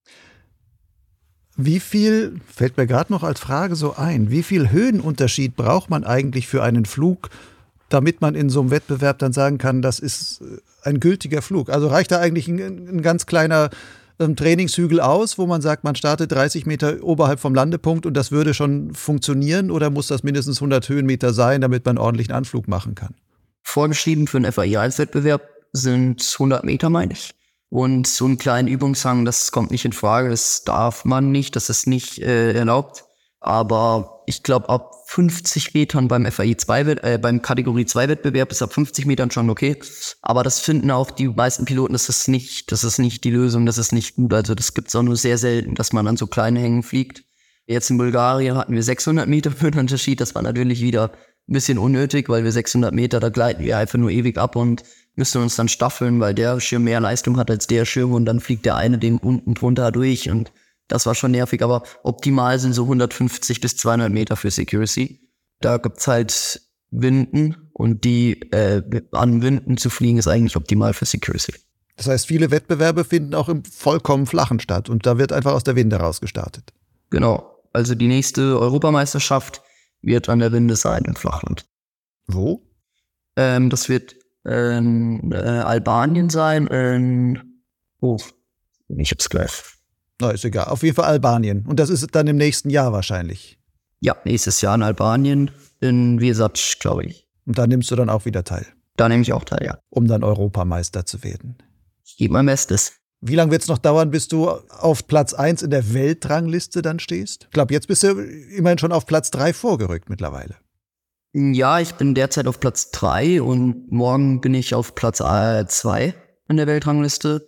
Wie viel, fällt mir gerade noch als Frage so ein, wie viel Höhenunterschied braucht man eigentlich für einen Flug, damit man in so einem Wettbewerb dann sagen kann, das ist ein gültiger Flug? Also reicht da eigentlich ein, ein ganz kleiner ähm, Trainingshügel aus, wo man sagt, man startet dreißig Meter oberhalb vom Landepunkt und das würde schon funktionieren? Oder muss das mindestens hundert Höhenmeter sein, damit man einen ordentlichen Anflug machen kann? Vorgeschrieben für einen F A I eins Wettbewerb sind hundert Meter, meine ich. Und so einen kleinen Übungshang, das kommt nicht in Frage, das darf man nicht, das ist nicht äh, erlaubt. Aber ich glaube, ab fünfzig Metern beim F A I zwei, äh, beim Kategorie zwei Wettbewerb ist ab fünfzig Metern schon okay. Aber das finden auch die meisten Piloten, das ist nicht, das ist nicht die Lösung, das ist nicht gut. Also das gibt's auch nur sehr selten, dass man an so kleine Hängen fliegt. Jetzt in Bulgarien hatten wir sechshundert Meter Höhenunterschied, das war natürlich wieder ein bisschen unnötig, weil wir sechshundert Meter, da gleiten wir einfach nur ewig ab und müssen uns dann staffeln, weil der Schirm mehr Leistung hat als der Schirm und dann fliegt der eine den unten drunter durch und das war schon nervig, aber optimal sind so hundertfünfzig bis zweihundert Meter für Security. Da gibt's halt Winden und die äh, an Winden zu fliegen ist eigentlich optimal für Security. Das heißt, viele Wettbewerbe finden auch im vollkommen flachen statt und da wird einfach aus der Winde rausgestartet. Genau, also die nächste Europameisterschaft wird an der Winde sein in Flachland. Wo? Ähm, das wird ähm, äh, Albanien sein. Ähm, oh, ich hab's gleich. Na, ist egal. Auf jeden Fall Albanien. Und das ist dann im nächsten Jahr wahrscheinlich. Ja, nächstes Jahr in Albanien, in Vesac, glaube ich. Und da nimmst du dann auch wieder teil? Da nehme ich auch teil, ja. Um dann Europameister zu werden. Ich gebe mein Bestes. Wie lange wird es noch dauern, bis du auf Platz eins in der Weltrangliste dann stehst? Ich glaube, jetzt bist du immerhin schon auf Platz drei vorgerückt mittlerweile. Ja, ich bin derzeit auf Platz drei und morgen bin ich auf Platz zwei in der Weltrangliste.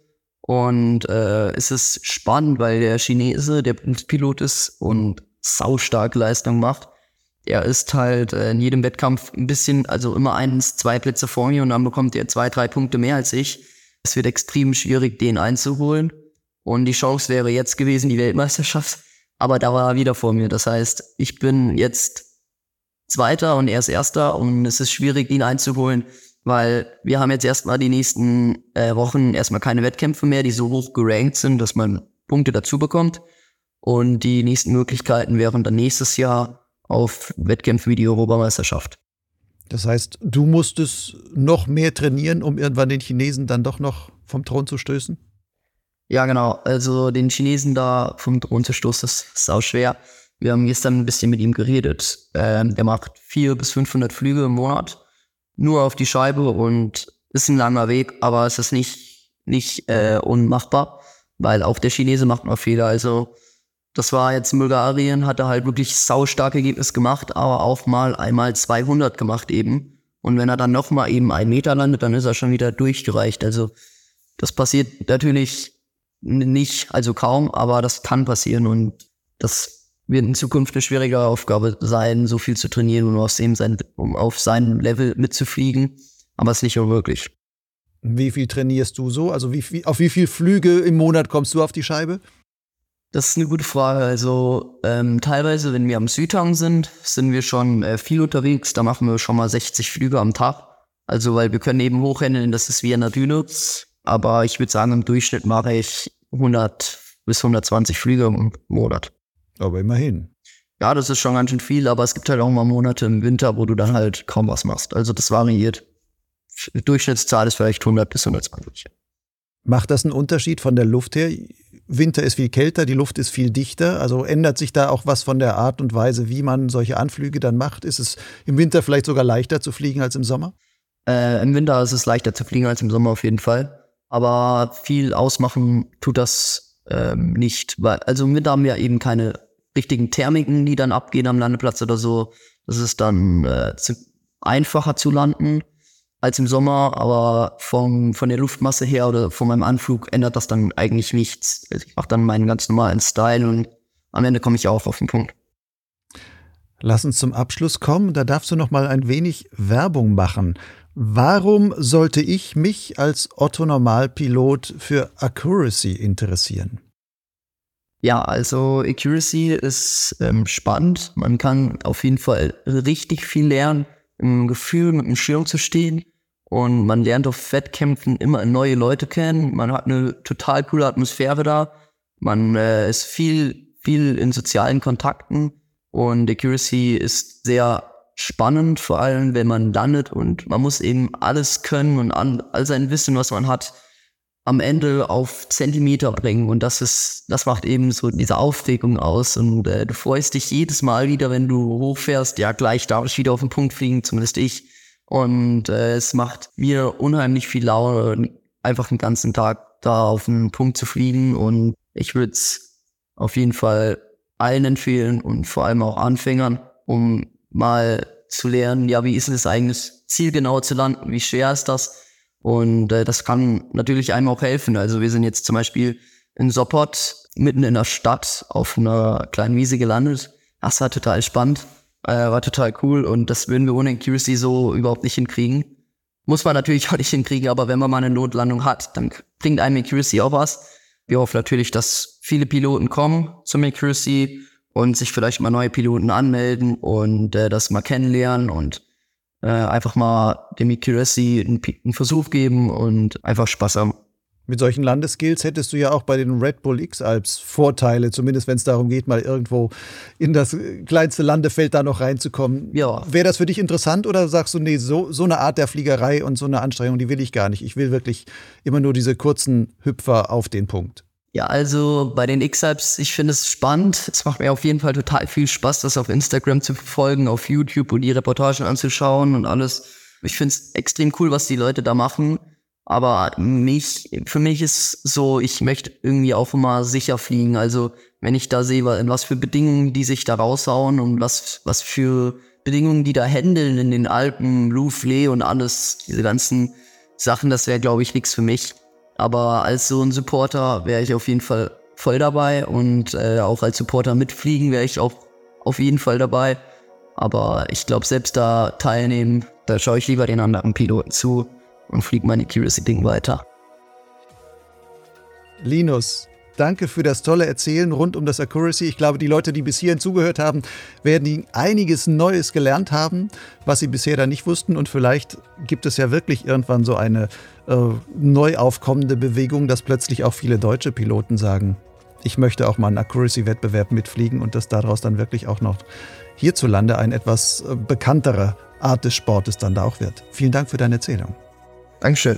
Und äh, es ist spannend, weil der Chinese, der Pilot ist und saustarke Leistung macht. Er ist halt äh, in jedem Wettkampf ein bisschen, also immer eins, zwei Plätze vor mir und dann bekommt er zwei, drei Punkte mehr als ich. Es wird extrem schwierig, den einzuholen. Und die Chance wäre jetzt gewesen, die Weltmeisterschaft. Aber da war er wieder vor mir. Das heißt, ich bin jetzt Zweiter und er ist Erster und es ist schwierig, ihn einzuholen, weil wir haben jetzt erstmal die nächsten äh, Wochen erstmal keine Wettkämpfe mehr, die so hoch gerankt sind, dass man Punkte dazu bekommt. Und die nächsten Möglichkeiten wären dann nächstes Jahr auf Wettkämpfe wie die Europameisterschaft. Das heißt, du musstest noch mehr trainieren, um irgendwann den Chinesen dann doch noch vom Thron zu stößen? Ja, genau. Also den Chinesen da vom Thron zu stoßen, das ist sau schwer. Wir haben gestern ein bisschen mit ihm geredet. Ähm, der macht vierhundert bis fünfhundert Flüge im Monat. Nur auf die Scheibe und ist ein langer Weg, aber es ist nicht, nicht äh, unmachbar, weil auch der Chinese macht noch Fehler. Also das war jetzt in Bulgarien, hat er halt wirklich saustarke Ergebnis gemacht, aber auch mal einmal zweihundert gemacht eben. Und wenn er dann noch mal eben einen Meter landet, dann ist er schon wieder durchgereicht. Also das passiert natürlich nicht, also kaum, aber das kann passieren und das wird in Zukunft eine schwierige Aufgabe sein, so viel zu trainieren, um auf, sein, um auf seinem Level mitzufliegen. Aber es ist nicht unmöglich. Wie viel trainierst du so? Also wie viel, auf wie viele Flüge im Monat kommst du auf die Scheibe? Das ist eine gute Frage. Also ähm, teilweise, wenn wir am Südhang sind, sind wir schon äh, viel unterwegs. Da machen wir schon mal sechzig Flüge am Tag. Also weil wir können eben hochhändeln, das ist wie in der Düne. Aber ich würde sagen, im Durchschnitt mache ich hundert bis hundertzwanzig Flüge im Monat. Aber immerhin. Ja, das ist schon ganz schön viel, aber es gibt halt auch mal Monate im Winter, wo du dann halt kaum was machst. Also das variiert. Die Durchschnittszahl ist vielleicht hundert bis hundertzwanzig. Macht das einen Unterschied von der Luft her? Winter ist viel kälter, die Luft ist viel dichter. Also ändert sich da auch was von der Art und Weise, wie man solche Anflüge dann macht? Ist es im Winter vielleicht sogar leichter zu fliegen als im Sommer? Äh, im Winter ist es leichter zu fliegen als im Sommer auf jeden Fall. Aber viel ausmachen tut das ähm, nicht. Weil, also im Winter haben wir eben keine richtigen Thermiken, die dann abgehen am Landeplatz oder so. Das ist dann äh, zu, einfacher zu landen als im Sommer, aber vom, von der Luftmasse her oder von meinem Anflug ändert das dann eigentlich nichts. Also ich mache dann meinen ganz normalen Style und am Ende komme ich auch auf den Punkt. Lass uns zum Abschluss kommen, da darfst du noch mal ein wenig Werbung machen. Warum sollte ich mich als Otto-Normalpilot für Accuracy interessieren? Ja, also Accuracy ist ähm, spannend. Man kann auf jeden Fall richtig viel lernen, im Gefühl mit dem Schirm zu stehen. Und man lernt auf Wettkämpfen immer neue Leute kennen. Man hat eine total coole Atmosphäre da. Man äh, ist viel, viel in sozialen Kontakten. Und Accuracy ist sehr spannend, vor allem wenn man landet. Und man muss eben alles können und all sein Wissen, was man hat, am Ende auf Zentimeter bringen. Und das ist, das macht eben so diese Aufregung aus. Und äh, du freust dich jedes Mal wieder, wenn du hochfährst. Ja, gleich darf ich wieder auf den Punkt fliegen, zumindest ich. Und äh, es macht mir unheimlich viel Laune, einfach den ganzen Tag da auf den Punkt zu fliegen. Und ich würde es auf jeden Fall allen empfehlen und vor allem auch Anfängern, um mal zu lernen, ja, wie ist es eigentlich, zielgenau zu landen, wie schwer ist das? Und äh, das kann natürlich einem auch helfen. Also wir sind jetzt zum Beispiel in Sopot, mitten in der Stadt, auf einer kleinen Wiese gelandet. Das war total spannend, äh, war total cool und das würden wir ohne Accuracy so überhaupt nicht hinkriegen. Muss man natürlich auch nicht hinkriegen, aber wenn man mal eine Notlandung hat, dann bringt einem Accuracy auch was. Wir hoffen natürlich, dass viele Piloten kommen zum Accuracy und sich vielleicht mal neue Piloten anmelden und äh, das mal kennenlernen und äh, einfach mal dem Accuracy einen, einen Versuch geben und einfach Spaß haben. Mit solchen Landeskills hättest du ja auch bei den Red Bull X-Alps Vorteile, zumindest wenn es darum geht, mal irgendwo in das kleinste Landefeld da noch reinzukommen. Ja. Wäre das für dich interessant oder sagst du, nee, so, so eine Art der Fliegerei und so eine Anstrengung, die will ich gar nicht. Ich will wirklich immer nur diese kurzen Hüpfer auf den Punkt. Ja, also bei den X-Alps, ich finde es spannend. Es macht mir auf jeden Fall total viel Spaß, das auf Instagram zu verfolgen, auf YouTube und die Reportagen anzuschauen und alles. Ich finde es extrem cool, was die Leute da machen. Aber mich, für mich ist so, ich möchte irgendwie auch immer sicher fliegen. Also wenn ich da sehe, was für Bedingungen die sich da raushauen und was, was für Bedingungen die da handeln in den Alpen, Louvre und alles, diese ganzen Sachen, das wäre, glaube ich, nichts für mich. Aber als so ein Supporter wäre ich auf jeden Fall voll dabei und äh, auch als Supporter mitfliegen wäre ich auch auf jeden Fall dabei. Aber ich glaube, selbst da teilnehmen, da schaue ich lieber den anderen Piloten zu und fliege mein Accuracy-Ding weiter. Linus, danke für das tolle Erzählen rund um das Accuracy. Ich glaube, die Leute, die bis hierhin zugehört haben, werden einiges Neues gelernt haben, was sie bisher da nicht wussten. Und vielleicht gibt es ja wirklich irgendwann so eine äh, neu aufkommende Bewegung, dass plötzlich auch viele deutsche Piloten sagen, ich möchte auch mal einen Accuracy-Wettbewerb mitfliegen und dass daraus dann wirklich auch noch hierzulande eine etwas äh, bekanntere Art des Sportes dann da auch wird. Vielen Dank für deine Erzählung. Dankeschön.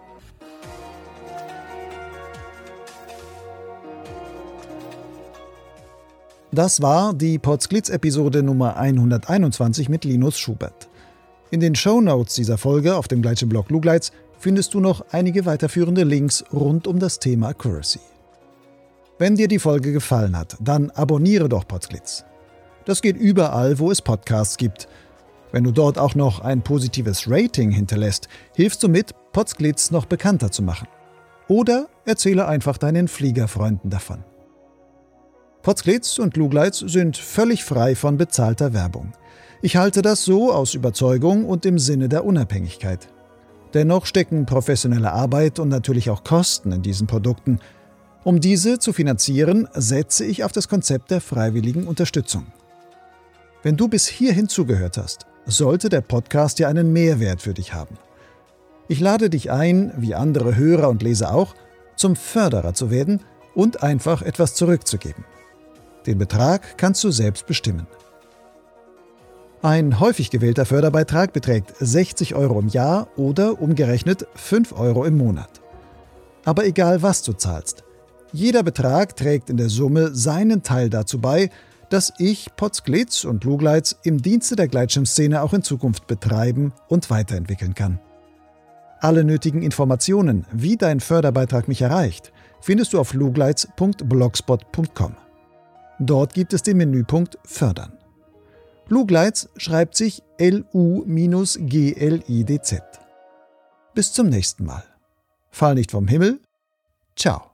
Das war die Podsglitz-Episode Nummer hunderteinundzwanzig mit Linus Schubert. In den Shownotes dieser Folge auf dem Gleitschirmblog Lugleitz findest du noch einige weiterführende Links rund um das Thema Accuracy. Wenn dir die Folge gefallen hat, dann abonniere doch Podsglitz. Das geht überall, wo es Podcasts gibt. Wenn du dort auch noch ein positives Rating hinterlässt, hilfst du mit, Podsglitz noch bekannter zu machen. Oder erzähle einfach deinen Fliegerfreunden davon. Podsglitz und Lugleitz sind völlig frei von bezahlter Werbung. Ich halte das so aus Überzeugung und im Sinne der Unabhängigkeit. Dennoch stecken professionelle Arbeit und natürlich auch Kosten in diesen Produkten. Um diese zu finanzieren, setze ich auf das Konzept der freiwilligen Unterstützung. Wenn du bis hierhin zugehört hast, sollte der Podcast ja einen Mehrwert für dich haben. Ich lade dich ein, wie andere Hörer und Leser auch, zum Förderer zu werden und einfach etwas zurückzugeben. Den Betrag kannst du selbst bestimmen. Ein häufig gewählter Förderbeitrag beträgt sechzig Euro im Jahr oder umgerechnet fünf Euro im Monat. Aber egal was du zahlst, jeder Betrag trägt in der Summe seinen Teil dazu bei, dass ich Podsglitz und Lugleitz im Dienste der Gleitschirmszene auch in Zukunft betreiben und weiterentwickeln kann. Alle nötigen Informationen, wie dein Förderbeitrag mich erreicht, findest du auf lugleitz punkt blogspot punkt com. Dort gibt es den Menüpunkt Fördern. Lugleitz schreibt sich L U G L I D Z. Bis zum nächsten Mal. Fall nicht vom Himmel. Ciao.